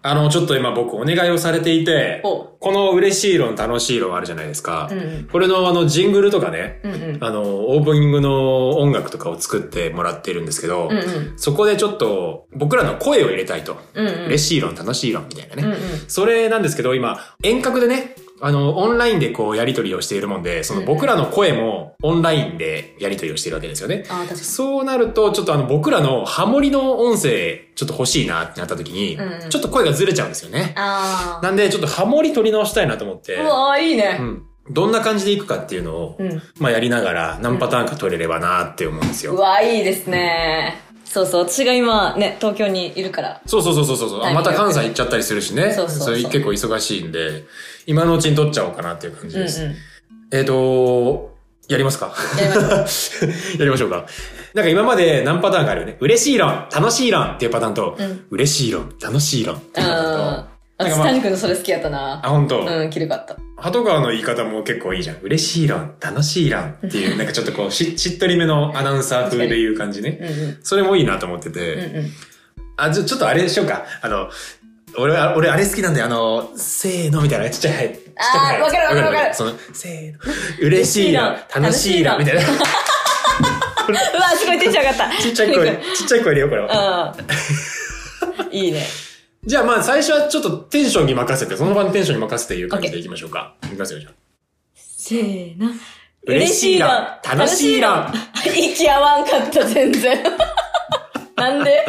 あの、ちょっと今僕お願いをされていて、この嬉しい論楽しい論あるじゃないですか。うんうん、これのあのジングルとかね、うんうん、あの、オープニングの音楽とかを作ってもらってるんですけど、うんうん、そこでちょっと僕らの声を入れたいと。うんうん、嬉しい論楽しい論みたいなね、うんうん。それなんですけど、今、遠隔でね、あの、オンラインでこうやり取りをしているもんで、その僕らの声もオンラインでやり取りをしているわけですよね。あ、確かに。そうなると、ちょっとあの僕らのハモリの音声、ちょっと欲しいなってなった時に、うんうん、ちょっと声がずれちゃうんですよね。あなんで、ちょっとハモリ取り直したいなと思って。 うわー、いいね。うん。 どんな感じでいくかっていうのを、うん、まあやりながら何パターンか取れればなって思うんですよ。 うわー、いいですね。そうそう。私が今ね、東京にいるから。 そうそうそうそうそう。あ、また関西行っちゃったりするしね。そうそうそう。それ結構忙しいんで、今のうちに撮っちゃおうかなっていう感じです。うんうん、えっと、やりますかやりましょう。やりましょうか。なんか今まで何パターンかあるよね。嬉しい論、楽しい論っていうパターンと、うん、嬉しい論、楽しい論っていうパターンと、 私、まあ、谷君のそれ好きやったな。 あ、本当。 うん、きるかった。 鳩川の言い方も結構いいじゃん。嬉しい論、楽しい論っていう、なんかちょっとこう、し、しっとりめのアナウンサー風で言う感じね。うんうん、それもいいなと思ってて。うんうん、あ、ちょ、ちょっとあれでしょうか。あの、俺、俺あれ好きなんだよ。あの、せーのみたいな、ちっちゃい、ちっちゃい。 あー、わかるわかるわかる。 その、せーの。嬉しい論、楽しい論みたいな。うわ、すごいテンション上がった。 ちっちゃい声、ちっちゃい声でよ、これは。 うん。いいね。 じゃあまあ最初はちょっとテンションに任せて、その場のテンションに任せていう感じでいきましょうか。いきますよ、じゃあ。 せーの。 嬉しい論、楽しい論。 息合わんかった、全然。なんで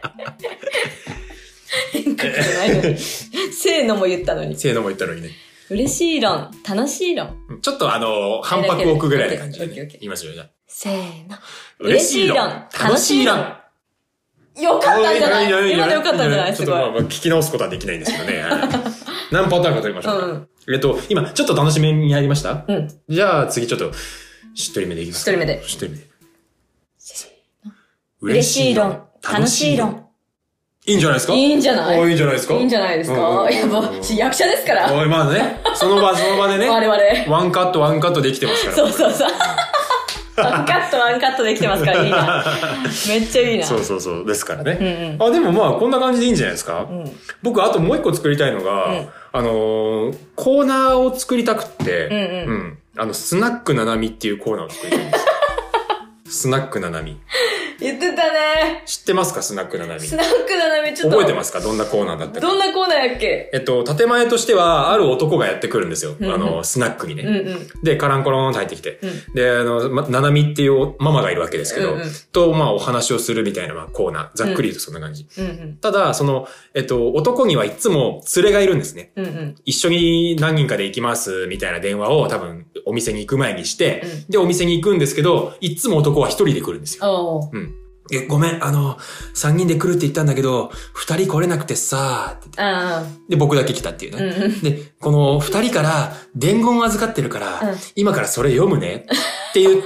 変化じゃないのに。せーのも言ったのに。 せーのも言ったのにね。 嬉しい論、楽しい論。 ちょっとあの、反拍を置くぐらいの感じで、ね。言いますよ、じゃあ。 せーの。嬉しい論、楽しい論。よかったんじゃない？今でよかったんじゃない？ ちょっとまあ、まあ、聞き直すことはできないんですけどね。何パターンか取りましょうか。うん、えっと、今、ちょっと楽しめに入りました？うん。じゃあ、次ちょっと、しっとりめでいきますか。 しっとりめで。 しっとりめで。 嬉しい論、楽しい論。 いいんじゃないですか？ いいんじゃないいいんじゃないですか？ いいんじゃないですか？やっぱ、役者ですから。 おい、まあね。その場その場でね。 我々。 ワンカットワンカットできてますから。 そうそうそう。ワンカットワンカットできてますからいいな。めっちゃいいな。 そうそうそう。ですからね。うんうん、あ、でもまあこんな感じでいいんじゃないですか、うん、僕あともう一個作りたいのが、うん、あのー、コーナーを作りたくって、うんうんうん、あの、スナックななみっていうコーナーを作りたいんです。スナックななみ。 言ってたね。 知ってますかスナックななみ。 スナックななみちょっと。 覚えてますかどんなコーナーだったか。 どんなコーナーやっけえっと、建前としては、ある男がやってくるんですよ。うんうん、あの、スナックにね。うんうん、で、カランコロンと入ってきて。うん、で、あの、ま、ななみっていうママがいるわけですけど、うんうん、と、まあ、お話をするみたいな、まあ、コーナー。ざっくり言うとそんな感じ。うんうん、ただ、その、えっと、男にはいつも連れがいるんですね。うんうん、一緒に何人かで行きます、みたいな電話を多分、お店に行く前にして、うん、で、お店に行くんですけど、いつも男は一人で来るんですよ。うんえ、ごめん、あの、三人で来るって言ったんだけど、二人来れなくてさ、って言って。で、僕だけ来たっていうね。うんうん、で、この二人から伝言を預かってるから、うん、今からそれ読むねって言って、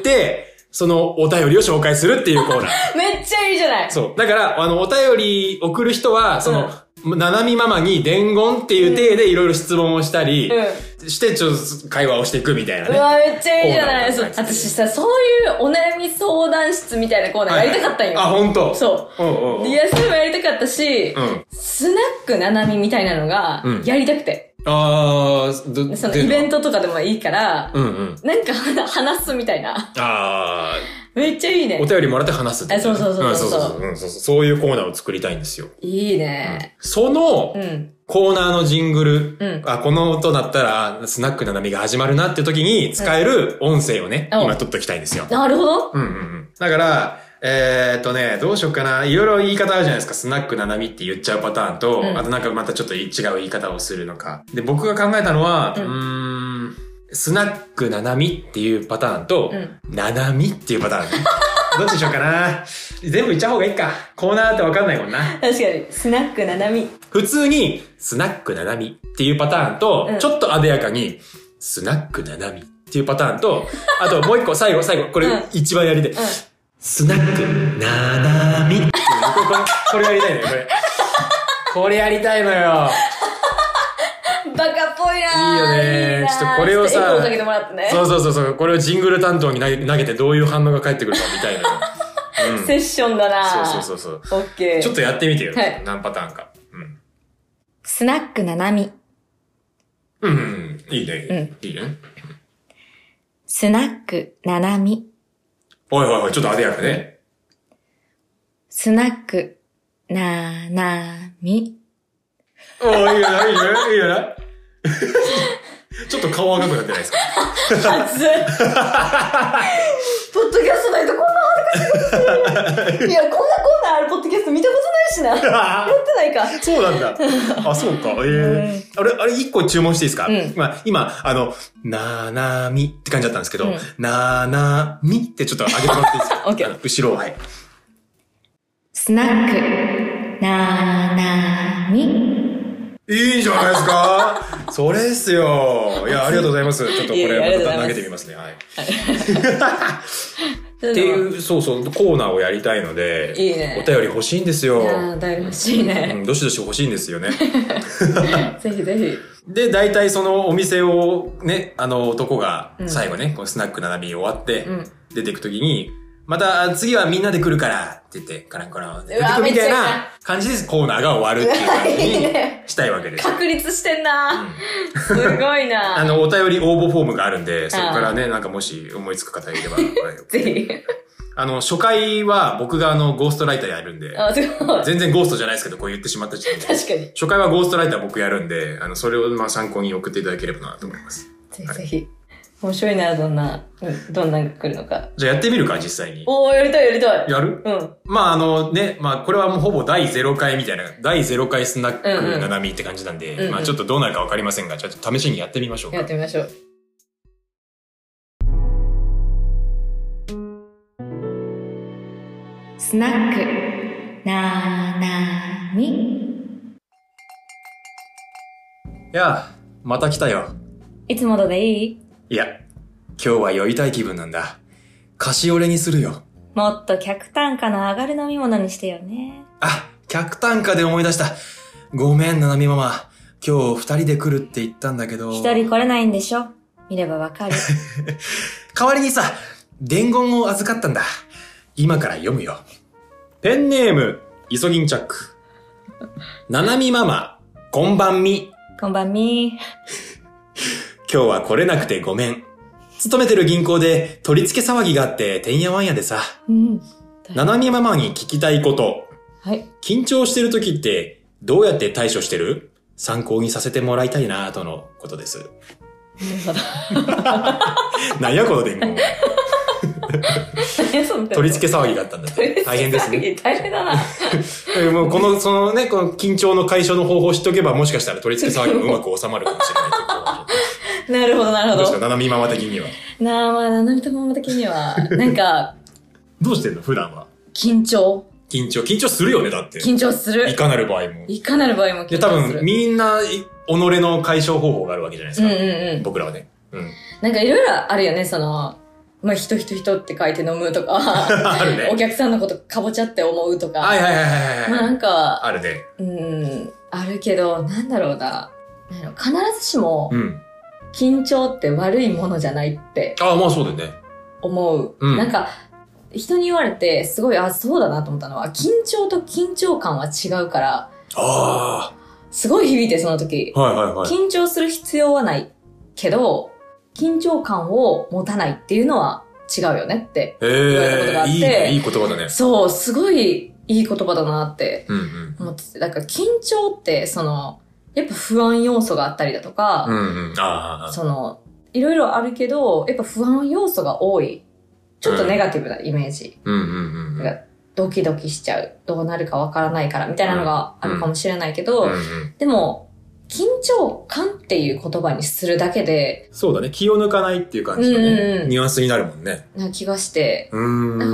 そのお便りを紹介するっていうコーナー。 めっちゃいいじゃない。 そう。だから、あの、お便り送る人は、その、うん、ななみママに伝言っていう体でいろいろ質問をしたり、うん、して、ちょっと会話をしていくみたいなね。 うわ、めっちゃいいじゃない。私さ、そういうお悩み相談室みたいなコーナーやりたかったんよ。 はい、あ、ほんと？ そう。うんうんうん、いや、それもやりたかったし、うん、スナックななみみたいなのが、やりたくて。うん、ああ、ど、そのイベントとかでもいいから、うんうん、なんか話すみたいな。ああ。めっちゃいいね。 お便りもらって話すって、ね。 そうそうそうそう。 そうそうそう、うん、そうそう。そういうコーナーを作りたいんですよ。 いいね。 うん、その、うん、コーナーのジングル、うん、あ、この音だったら、スナックななみが始まるなって時に使える音声をね、うん、今撮っときたいんですよ。 なるほど。 うんうんうん。だから、えーっとね、どうしよっかな。いろいろ言い方あるじゃないですか。スナックななみって言っちゃうパターンと、うん、あとなんかまたちょっと違う言い方をするのか。で、僕が考えたのは、うん、うーんスナックななみっていうパターンと、ななみっていうパターン、ね。どっちにしようかな。全部言っちゃう方がいいか。コーナーってわかんないもんな。 確かに。スナックななみ。 普通に、スナックななみっていうパターンと、うん、ちょっとあでやかに、スナックななみっていうパターンと、あともう一個、最後、最後、これ一番やりたい。うん、スナックななみっていう、これ、これやりたいのよ、これ。これやりたいのよ。 バカっぽいなー。いいよねー。ちょっとこれをさ、 エコーかけてもらってね。 そうそうそうそう、これをジングル担当に投げ、投げてどういう反応が返ってくるかみたいな。 うん、セッションだなー。 そうそうそうそう。 オッケー。 ちょっとやってみてよ。はい、何パターンか。うん。 スナックななみ。 うん、うん、いいね。うん、いいね。 スナックななみ。 おいおいおい、ちょっとあでやかね。 スナックななみ。 おー、いいよな、いいよな、いいよな。ちょっと顔赤くなってないですか？ はず。ポッドキャストないとこんな恥ずかしいことする。いや、こんなコーナーあるポッドキャスト見たことないしな。やってないか。 そうなんだ。あ、そうか。ええー。あれ、あれ、一個注文していいですか？うん、まあ、今、あの、なーなーみって感じだったんですけど、うん、なーなーみってちょっと上げてもらっていいですか？オッケー。後ろ、はい。 スナック、なーなーみ。 いいじゃないですか。それっすよ。いや、ありがとうございます。ちょっとこれまた投げてみますね。はい。っていう、そうそう、コーナーをやりたいので、 いいね。 お便り欲しいんですよ。 いや、お便り欲しいね。 うん、どしどし欲しいんですよね。 ぜひぜひ。 で、大体そのお店をね、あの男が最後ね、うん、このスナックななみ終わって、うん、出ていくときに、また次はみんなで来るからって言って、カランカランって出てくみたいな感じでコーナーが終わるっていう感じにしたいわけです。 確立してんな、うん、すごいなあの、お便り応募フォームがあるんで、そこからね、なんかもし思いつく方いれば。 ぜひ。 あの、初回は僕があの、ゴーストライターやるんで、 あ、すごい。 全然ゴーストじゃないですけど、こう言ってしまった時点で。 確かに。 初回はゴーストライター僕やるんで、あの、それをまあ参考に送っていただければなと思います。 ぜひぜひ。はい、面白いな、どんな、どんなのが来るのか。 じゃあやってみるか、実際に。 おー、やりたい、やりたい。 やる？うん。まああのね、まあこれはもうほぼだいゼロかいみたいな、だいゼロかいスナックななみって感じなんで、うんうん、まあちょっとどうなるかわかりませんが、ちょっと試しにやってみましょうか。 やってみましょう。スナックななみ。 いや、また来たよ。 いつものでいい？ いや、今日は酔いたい気分なんだ。カシオレにするよ。 もっと客単価の上がる飲み物にしてよね。 あ、客単価で思い出した。ごめん、ななみママ。今日二人で来るって言ったんだけど。 一人来れないんでしょ？見ればわかる。 代わりにさ、伝言を預かったんだ。今から読むよ。ペンネーム、イソギンチャック。ななみママ、こんばんみ。 こんばんみ。 今日は来れなくてごめん。勤めてる銀行で取り付け騒ぎがあっててんやわんやでさ。うん。ななみママに聞きたいこと。 はい。 緊張してる時ってどうやって対処してる？参考にさせてもらいたいなとのことです。なるほど。何やこの伝言。取り付け騒ぎがあったんだって。大変ですね。 大変だな。 もうこの、そのね、この緊張の解消の方法を知っとけば、もしかしたら取り付け騒ぎもうまく収まるかもしれない。 なるほど、なるほど。 どうですか、ななみママ的には。 なあ、まあ、ななみママ的には、なんか、 どうしてんの普段は。 緊張。 緊張。緊張するよね、だって。 緊張する。 いかなる場合も。 いかなる場合も緊張する。 で、多分、みんな、己の解消方法があるわけじゃないですか。うんうんうん。僕らはね。うん。 なんかいろいろあるよね、その、まあ、人人人って書いて飲むとか、 あるね。 お客さんのことかぼちゃって思うとか。 はいはいはいはい。 まあなんか、 あるね。 うん、あるけど、なんだろうな。必ずしも、うん、緊張って悪いものじゃないって。 ああ、まあそうだよね。 思う。うん、なんか、人に言われて、すごい、あ、そうだなと思ったのは、緊張と緊張感は違うから、ああ。 すごい響いて、その時。 はいはいはい。 緊張する必要はないけど、緊張感を持たないっていうのは違うよねって言われたことがあって。 いいね、いい言葉だね。 そう、すごいいい言葉だなって思ってて。だから緊張って、その、やっぱ不安要素があったりだとか、 うんうん、あその、いろいろあるけど、やっぱ不安要素が多い。ちょっとネガティブなイメージ。 うんうんうんうん、 ドキドキしちゃう。どうなるかわからないから、みたいなのがあるかもしれないけど、 うんうん、 でも、緊張感っていう言葉にするだけで。 そうだね。気を抜かないっていう感じのね、うんうん、ニュアンスになるもんね。 な気がして。 うんだから、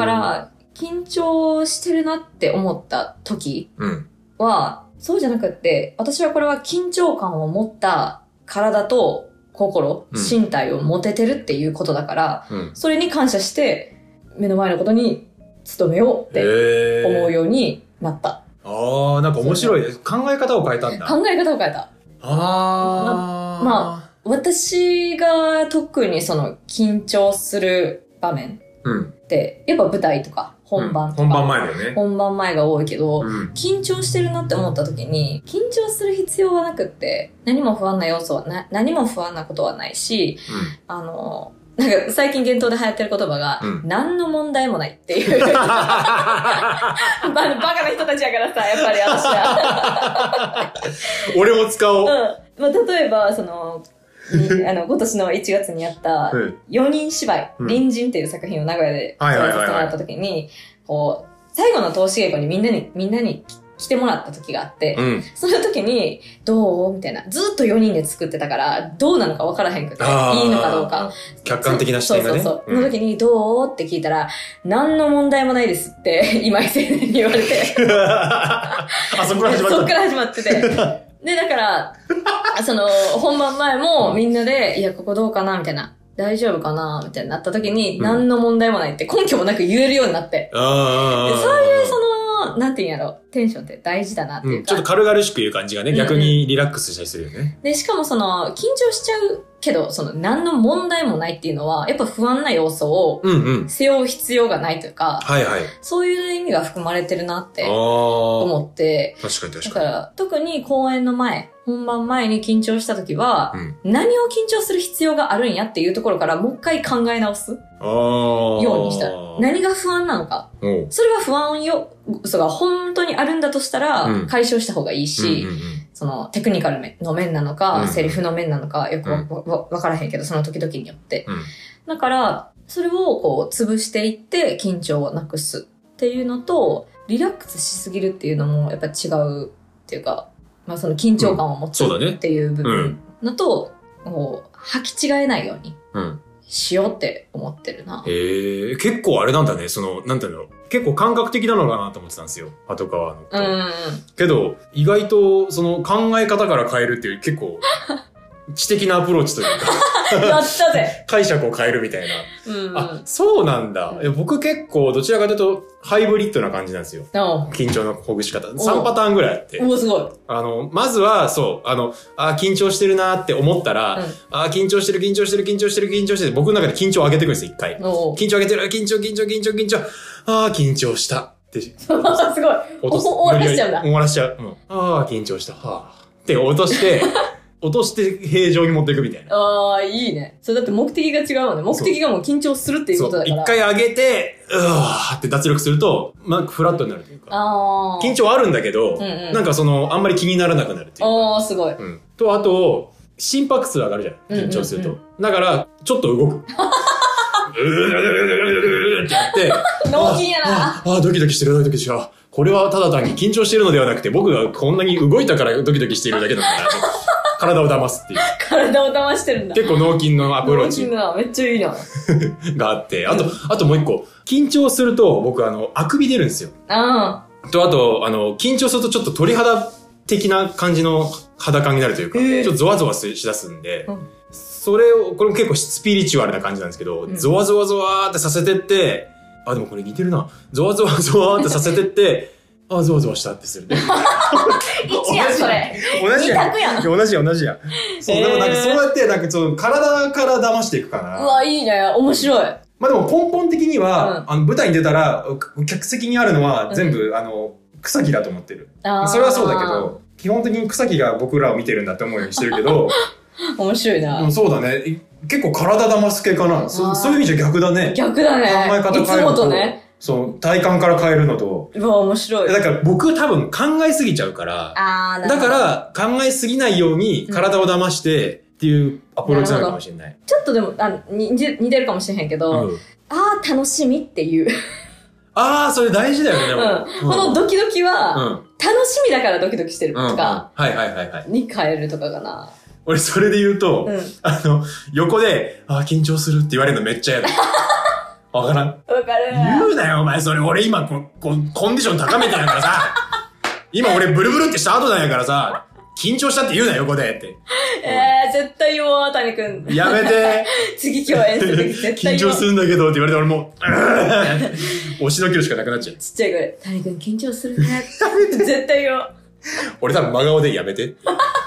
緊張してるなって思った時は、うん、そうじゃなくって、私はこれは緊張感を持った体と心、うん、身体を持ててるっていうことだから、うん、それに感謝して、目の前のことに努めようって思うようになった。 ああ、なんか面白いです。考え方を変えたんだ。 考え方を変えた。 ああ。 ま、まあ、私が特にその緊張する場面って、うん、やっぱ舞台とか本番とか、 うん、本番前だよね。 本番前が多いけど、 うん、 緊張してるなって思った時に、緊張する必要はなくって、何も不安な要素はな、何も不安なことはないし、うん、あの、なんか最近言動で流行ってる言葉が、うん、何の問題もないっていう。バカな人たちやからさ、やっぱり私は。 俺も使おう。うん。 まあ、例えば、その、あの、今年のいちがつにやったよにん芝居、隣人っていう作品を名古屋でやらせてもらった時に、こう、最後の投資稽古にみんなに、みんなに来てもらった時があって、うん、その時に、どうみたいな。ずっとよにんで作ってたから、どうなのか分からへんくて、いいのかどうか。 客観的な視点がね。 そうそうそう。うん、の時に、どうって聞いたら、何の問題もないですって、今井青年に言われて。 あ、そこから始まった。 そこから始まってて。で、だから、その、本番前もみんなで、いや、ここどうかなみたいな。大丈夫かなみたいになった時に、何の問題もないって根拠もなく言えるようになって。うん、そういう、その、なんて言うんやろ、テンションって大事だなっていうか、うん。 ちょっと軽々しく言う感じがね、逆にリラックスしたりするよね。 で、しかもその、緊張しちゃうけど、その、何の問題もないっていうのは、やっぱ不安な要素を背負う必要がないというか、 はいはい。 そういう意味が含まれてるなって思って。 確かに確かに。 だから、特に公演の前、本番前に緊張した時は、うん、何を緊張する必要があるんやっていうところからもう一回考え直すようにした。何が不安なのか。それは不安よ、それが本当にあるんだとしたら、解消した方がいいし、うんうんうん、そのテクニカルの面なのか、うん、セリフの面なのか、よく わ,、うん、わ, わからへんけど、その時々によって。うん、だから、それをこう潰していって緊張をなくすっていうのと、リラックスしすぎるっていうのもやっぱ違うっていうか、まあその緊張感を持つっていう部分のと、うん、こう履き違えないようにしようって思ってるな。 へえー、結構あれなんだね。その、なんていうの、結構感覚的なのかなと思ってたんですよ。後川の。うん。けど、意外とその考え方から変えるっていう結構、知的なアプローチというか。 やったぜ解釈を変えるみたいな。うん、あ、そうなんだ。うん、僕結構どちらかというとハイブリッドな感じなんですよ。緊張のほぐし方。さんパターンぐらいあって。 お、すごい。 あの、まずは、そう、あの、あ、緊張してるなって思ったら、うん、あ、緊張してる、緊張してる、緊張してる、緊張してる。僕の中で緊張を上げていくんですよ、一回。緊張上げてる、緊張、緊張、緊張、緊張。あー、緊張した。って。すごい。 落とす。終わらしちゃうんだ。 終わらしちゃう。うん、あー、緊張した。はー。って落として、落として平常に持っていくみたいな。 ああ、いいね。それだって目的が違うもんね。目的がもう緊張するっていうことだから。 一回上げて、うわーって脱力すると、まあ、フラットになるというか。あ緊張あるんだけど、うんうん、なんかその、あんまり気にならなくなるっていうか。 ああ、すごい。 うん。と、あと、心拍数上がるじゃん。緊張すると。うんうんうん、だから、ちょっと動く。うーってやって。 脳筋やな。 ああ、ドキドキしてる、ドキドキしてる。これはただ単に緊張してるのではなくて、僕がこんなに動いたからドキドキしているだけなんだなと。体を騙すっていう。 体を騙してるんだ。 結構脳筋のアプローチ。 脳筋だ。めっちゃいいな。 があって。あと、あともう一個。緊張すると、僕あの、あくび出るんですよ。ああ。と、あと、あの、緊張するとちょっと鳥肌的な感じの肌感になるというか、ちょっとゾワゾワしだすんで、うん、それを、これも結構スピリチュアルな感じなんですけど、うん、ゾワゾワゾワーってさせてって、あ、でもこれ似てるな。ゾワゾワゾワーってさせてって、あ、ゾワゾワしたってするね。 一やん、それ。 同じやん。 二択やん。 同じやん、同じやん。そう、えー、でもなんかそうやって、なんかその体から騙していくかな。 うわ、いいね。面白い。 まあでも根本的には、うん、あの、舞台に出たら、客席にあるのは全部、うん、あの、草木だと思ってる。それはそうだけど、基本的に草木が僕らを見てるんだって思うようにしてるけど。 面白いな。 そうだね。結構体騙す系かな。そ, そういう意味じゃ逆だね。 逆だね。 考え方変えると。いつもとね。そう、体感から変えるのと。 うわ、面白い。 だから僕多分考えすぎちゃうから。あだから考えすぎないように体を騙してっていうアプローチなのかもしれない。 うん、ちょっとでも、あ似てるかもしれへんけど、うん、ああ、楽しみっていう。 ああ、それ大事だよね、でも。 うん。このドキドキは、うん、楽しみだからドキドキしてるとか、うんうん、 はいはいはいはい。 に変えるとかかな。 俺それで言うと、うん、あの、横で、ああ、緊張するって言われるのめっちゃ嫌だ。わからん。わかる。 言うなよ、お前。それ俺今こ、こ、コンディション高めてんやからさ。今俺ブルブルってした後なんやからさ、緊張したって言うなよ、横でって。 えー、絶対言おう、谷くん。 やめて。 次共演する時絶対言おう。緊張するんだけどって言われて俺もう、押しのけるしかなくなっちゃう。 ちっちゃい声、谷くん緊張するね。絶対言おう。 俺多分真顔でやめて。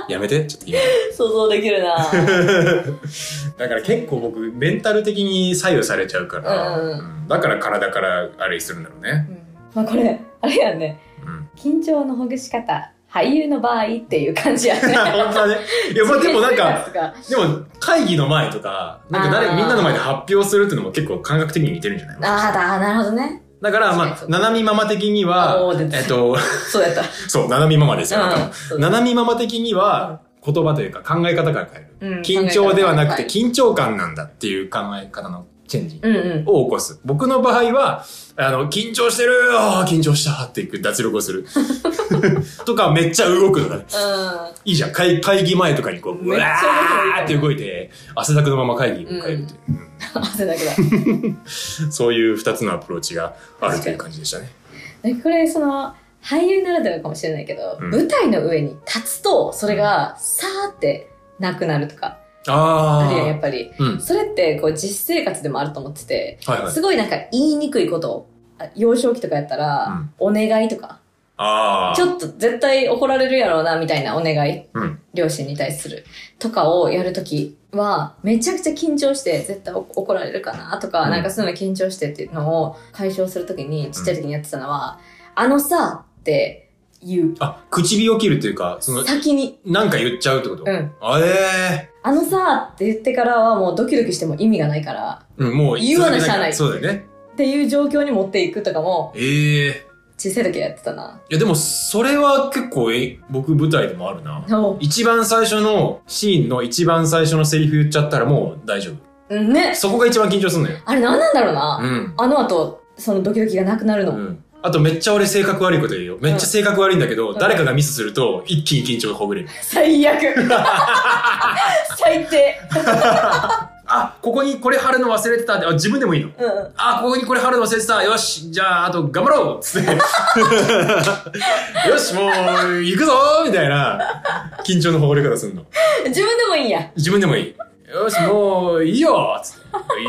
やめて、ちょっと今。 想像できるなだから結構僕、メンタル的に左右されちゃうから、うんうん、だから体からあれするんだろうね。 うん、まあこれ、あれやね、うん、緊張のほぐし方。俳優の場合っていう感じやね。 本当はね。いや、まあでもなんか、でも会議の前とか、なんか誰、みんなの前で発表するっていうのも結構感覚的に似てるんじゃない？ ああ、なるほどね。 だから、まあ、ななみママ的には、えっと、 そうやった。 そう、ななみママですよ。ななみママ的には、言葉というか考え方から変える。緊張ではなくて緊張感なんだっていう考え方のチェンジを起こす。僕の場合は、あの、緊張してるああ、緊張したっていう脱力をする。とか、めっちゃ動くとかね。いいじゃん。会議前とかにこう、うわーって動いて、汗だくのまま会議を迎えるっていう。 汗だくだ。 そういう二つのアプローチがあるという感じでしたね。 これ、その、俳優ならではかもしれないけど、うん、舞台の上に立つと、それが、さーってなくなるとか。ああるよ、やっぱり。うん、それって、こう、実生活でもあると思ってて、はいはい、すごいなんか言いにくいことを、幼少期とかやったら、うん、お願いとか。あちょっと絶対怒られるやろうな、みたいなお願い。うん、両親に対する。とかをやるときは、めちゃくちゃ緊張して、絶対怒られるかな、とか、うん、なんかそういうの緊張してっていうのを解消するときに、ちっちゃいときにやってたのは、うん、あのさ、って言う。 あ、唇を切るっていうか、その、 先に。 なんか言っちゃうってこと？うん。あえー。あのさ、って言ってからはもうドキドキしても意味がないから、 うん、もう言わなしゃあない。 そうだよね。 っていう状況に持っていくとかも、 ええー。 小さい時やってたな。 いやでも、それは結構、え、僕舞台でもあるな。一番最初のシーンの一番最初のセリフ言っちゃったらもう大丈夫。うんね。そこが一番緊張するのよ。 あれ何なんだろうな。うん。あの後、そのドキドキがなくなるの。うん。 あとめっちゃ俺性格悪いこと言うよ。めっちゃ性格悪いんだけど、うん、誰かがミスすると一気に緊張がほぐれる。 最悪。最低。 あ、ここにこれ貼るの忘れてたって、あ、自分でもいいの。うん、あ、ここにこれ貼るの忘れてた。よし、じゃあ、あと頑張ろうつって。よし、もう、行くぞみたいな、緊張のほぐれ方するの。 自分でもいいんや。 自分でもいい。よし、もう、いいよつって。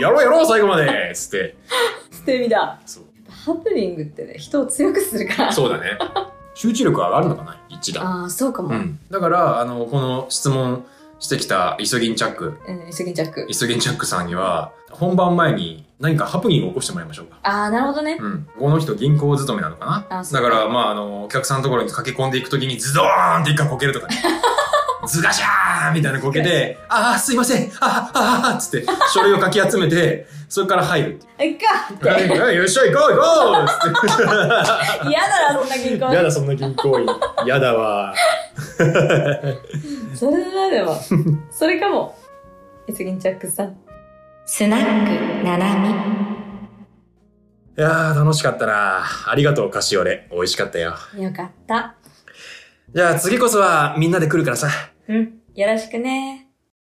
やろうやろう最後までつって。 捨て身だ。そう。ハプニングってね、人を強くするから。 そうだね。集中力上がるのかな一段。 ああ、そうかも。うん。 だから、あの、この質問してきたイソギンチャック。 うん、イソギンチャック。 イソギンチャックさんには、本番前に何かハプニングを起こしてもらいましょうか。 ああ、なるほどね。 うん。この人銀行勤めなのかな。あ、そうだから、まあ、あの、お客さんのところに駆け込んでいくときにズドーンって一回こけるとかね。ズガシャーみたいなこけで、ああ、すいません、ああ、ああ、つって、書類をかき集めて、それから入るって。 いっかって。 はい、よっしゃ、行こう行こうつって。 嫌だな、そんな銀行員。 嫌だ、そんな銀行員。嫌だわ。 それだな、でも。それかも。イソギンチャックさん。スナックななみ。 いやー、楽しかったな。ありがとう、カシオレ。美味しかったよ。 よかった。 じゃあ次こそはみんなで来るからさ。 うん。よろしくね。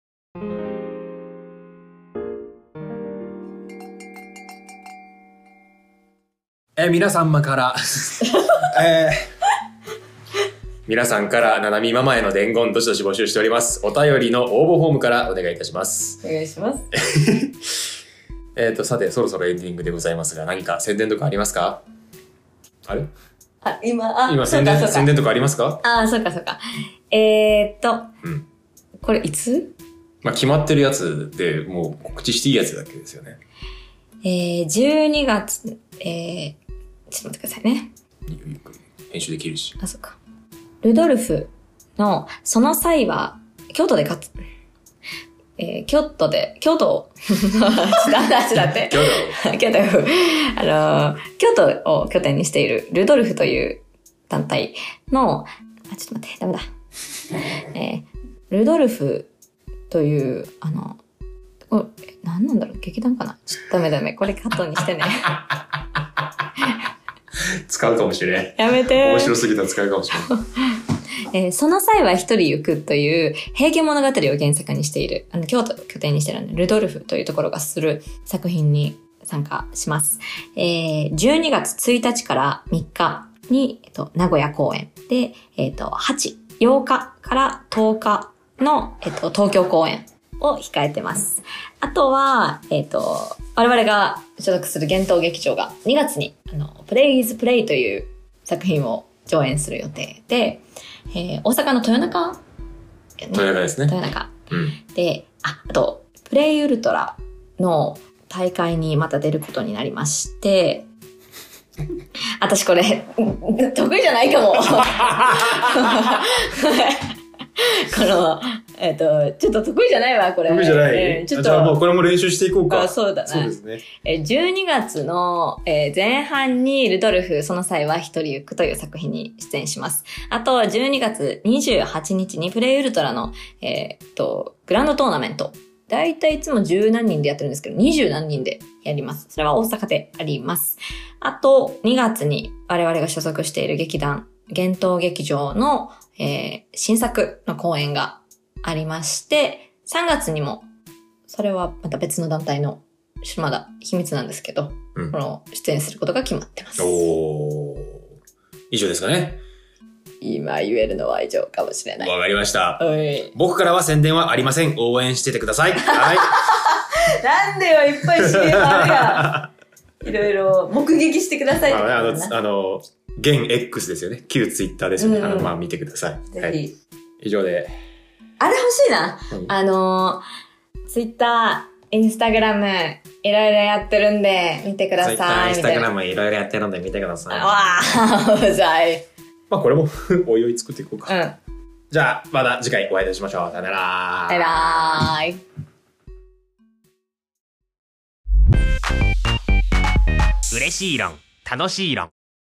え、皆様から、えー、皆さんからななみママへの伝言どしどし募集しております。お便りの応募フォームからお願いいたします。 お願いします。 えっと、さて、そろそろエンディングでございますが、何か宣伝とかありますか？あれ？ あ、今、あ、 今宣伝、宣伝とかありますか？ ああ、そうかそうか。えー、っと、うん、これいつ？ まあ、決まってるやつで、もう告知していいやつだけですよね。 えー、じゅうにがつ、えー、ちょっと待ってくださいね。 編集できるし。 あ、そうか。ルドルフの、その際は、京都で勝つ。えー、京都で、京都を、ちょっと待って。 京都。京都。あの、京都を拠点にしているルドルフという団体の、あ、ちょっと待って、ダメだ。えー、ルドルフという、あの、これ、何なんだろう、劇団かな？ちょっとダメダメ。これカットにしてね。 使うかもしれん。 やめて。 面白すぎたら使うかもしれん。 えー、その際は一人行くという平家物語を原作にしている、あの、京都を拠点にしているルドルフというところがする作品に参加します。えー、じゅうにがつついたちからみっかに、えっと、名古屋公演で、えっと、はち、ようかからとおかの、えっと、東京公演を控えてます。あとは、えっと、我々が所属する幻冬劇場がにがつに、あの、プレイズプレイという作品を上演する予定で、えー、大阪の豊中ね。 豊中ですね。 豊中。 うん。 で、あ、あと、プレイウルトラの大会にまた出ることになりまして、私これ、得意じゃないかも。この、えっ、ー、と、ちょっと得意じゃないわ、これ。 得意じゃない、 えー、ちょっと。 じゃあもうこれも練習していこうか。 あ、そうだね。 そうですね。 え、じゅうにがつの、えー、前半にルドルフ、その際は一人行くという作品に出演します。あと、じゅうにがつにじゅうはちにちにプレイウルトラの、えー、と、グランドトーナメント。だいたいいつも十何人でやってるんですけど、二十何人でやります。それは大阪であります。あと、にがつに我々が所属している劇団、幻冬劇場の、えー、新作の公演がありまして、さんがつにも、それはまた別の団体の、まだ秘密なんですけど、うん、この出演することが決まってます。 おー。以上ですかね。 今言えるのは以上かもしれない。 わかりました。僕からは宣伝はありません。応援しててください。はい。 なんでよ、いっぱい シーエム あるやん。いろいろ目撃してください。 まあ、あの、あの、現 X ですよね。旧 Twitter ですよね。うん、あの、まあ見てください。 ぜひ。 はい、以上で。 あれ欲しいな。うん、あの、Twitter、Instagram、いろいろやってるんで、見てください。 Twitter、Instagram いろいろやってるんで、見てください。 わー、うざい。 まあこれもおいおい作っていこうか。 うん。 じゃあ、また次回お会いいたしましょう。さよなら。 バイバーイ。 嬉しい論、楽しい論。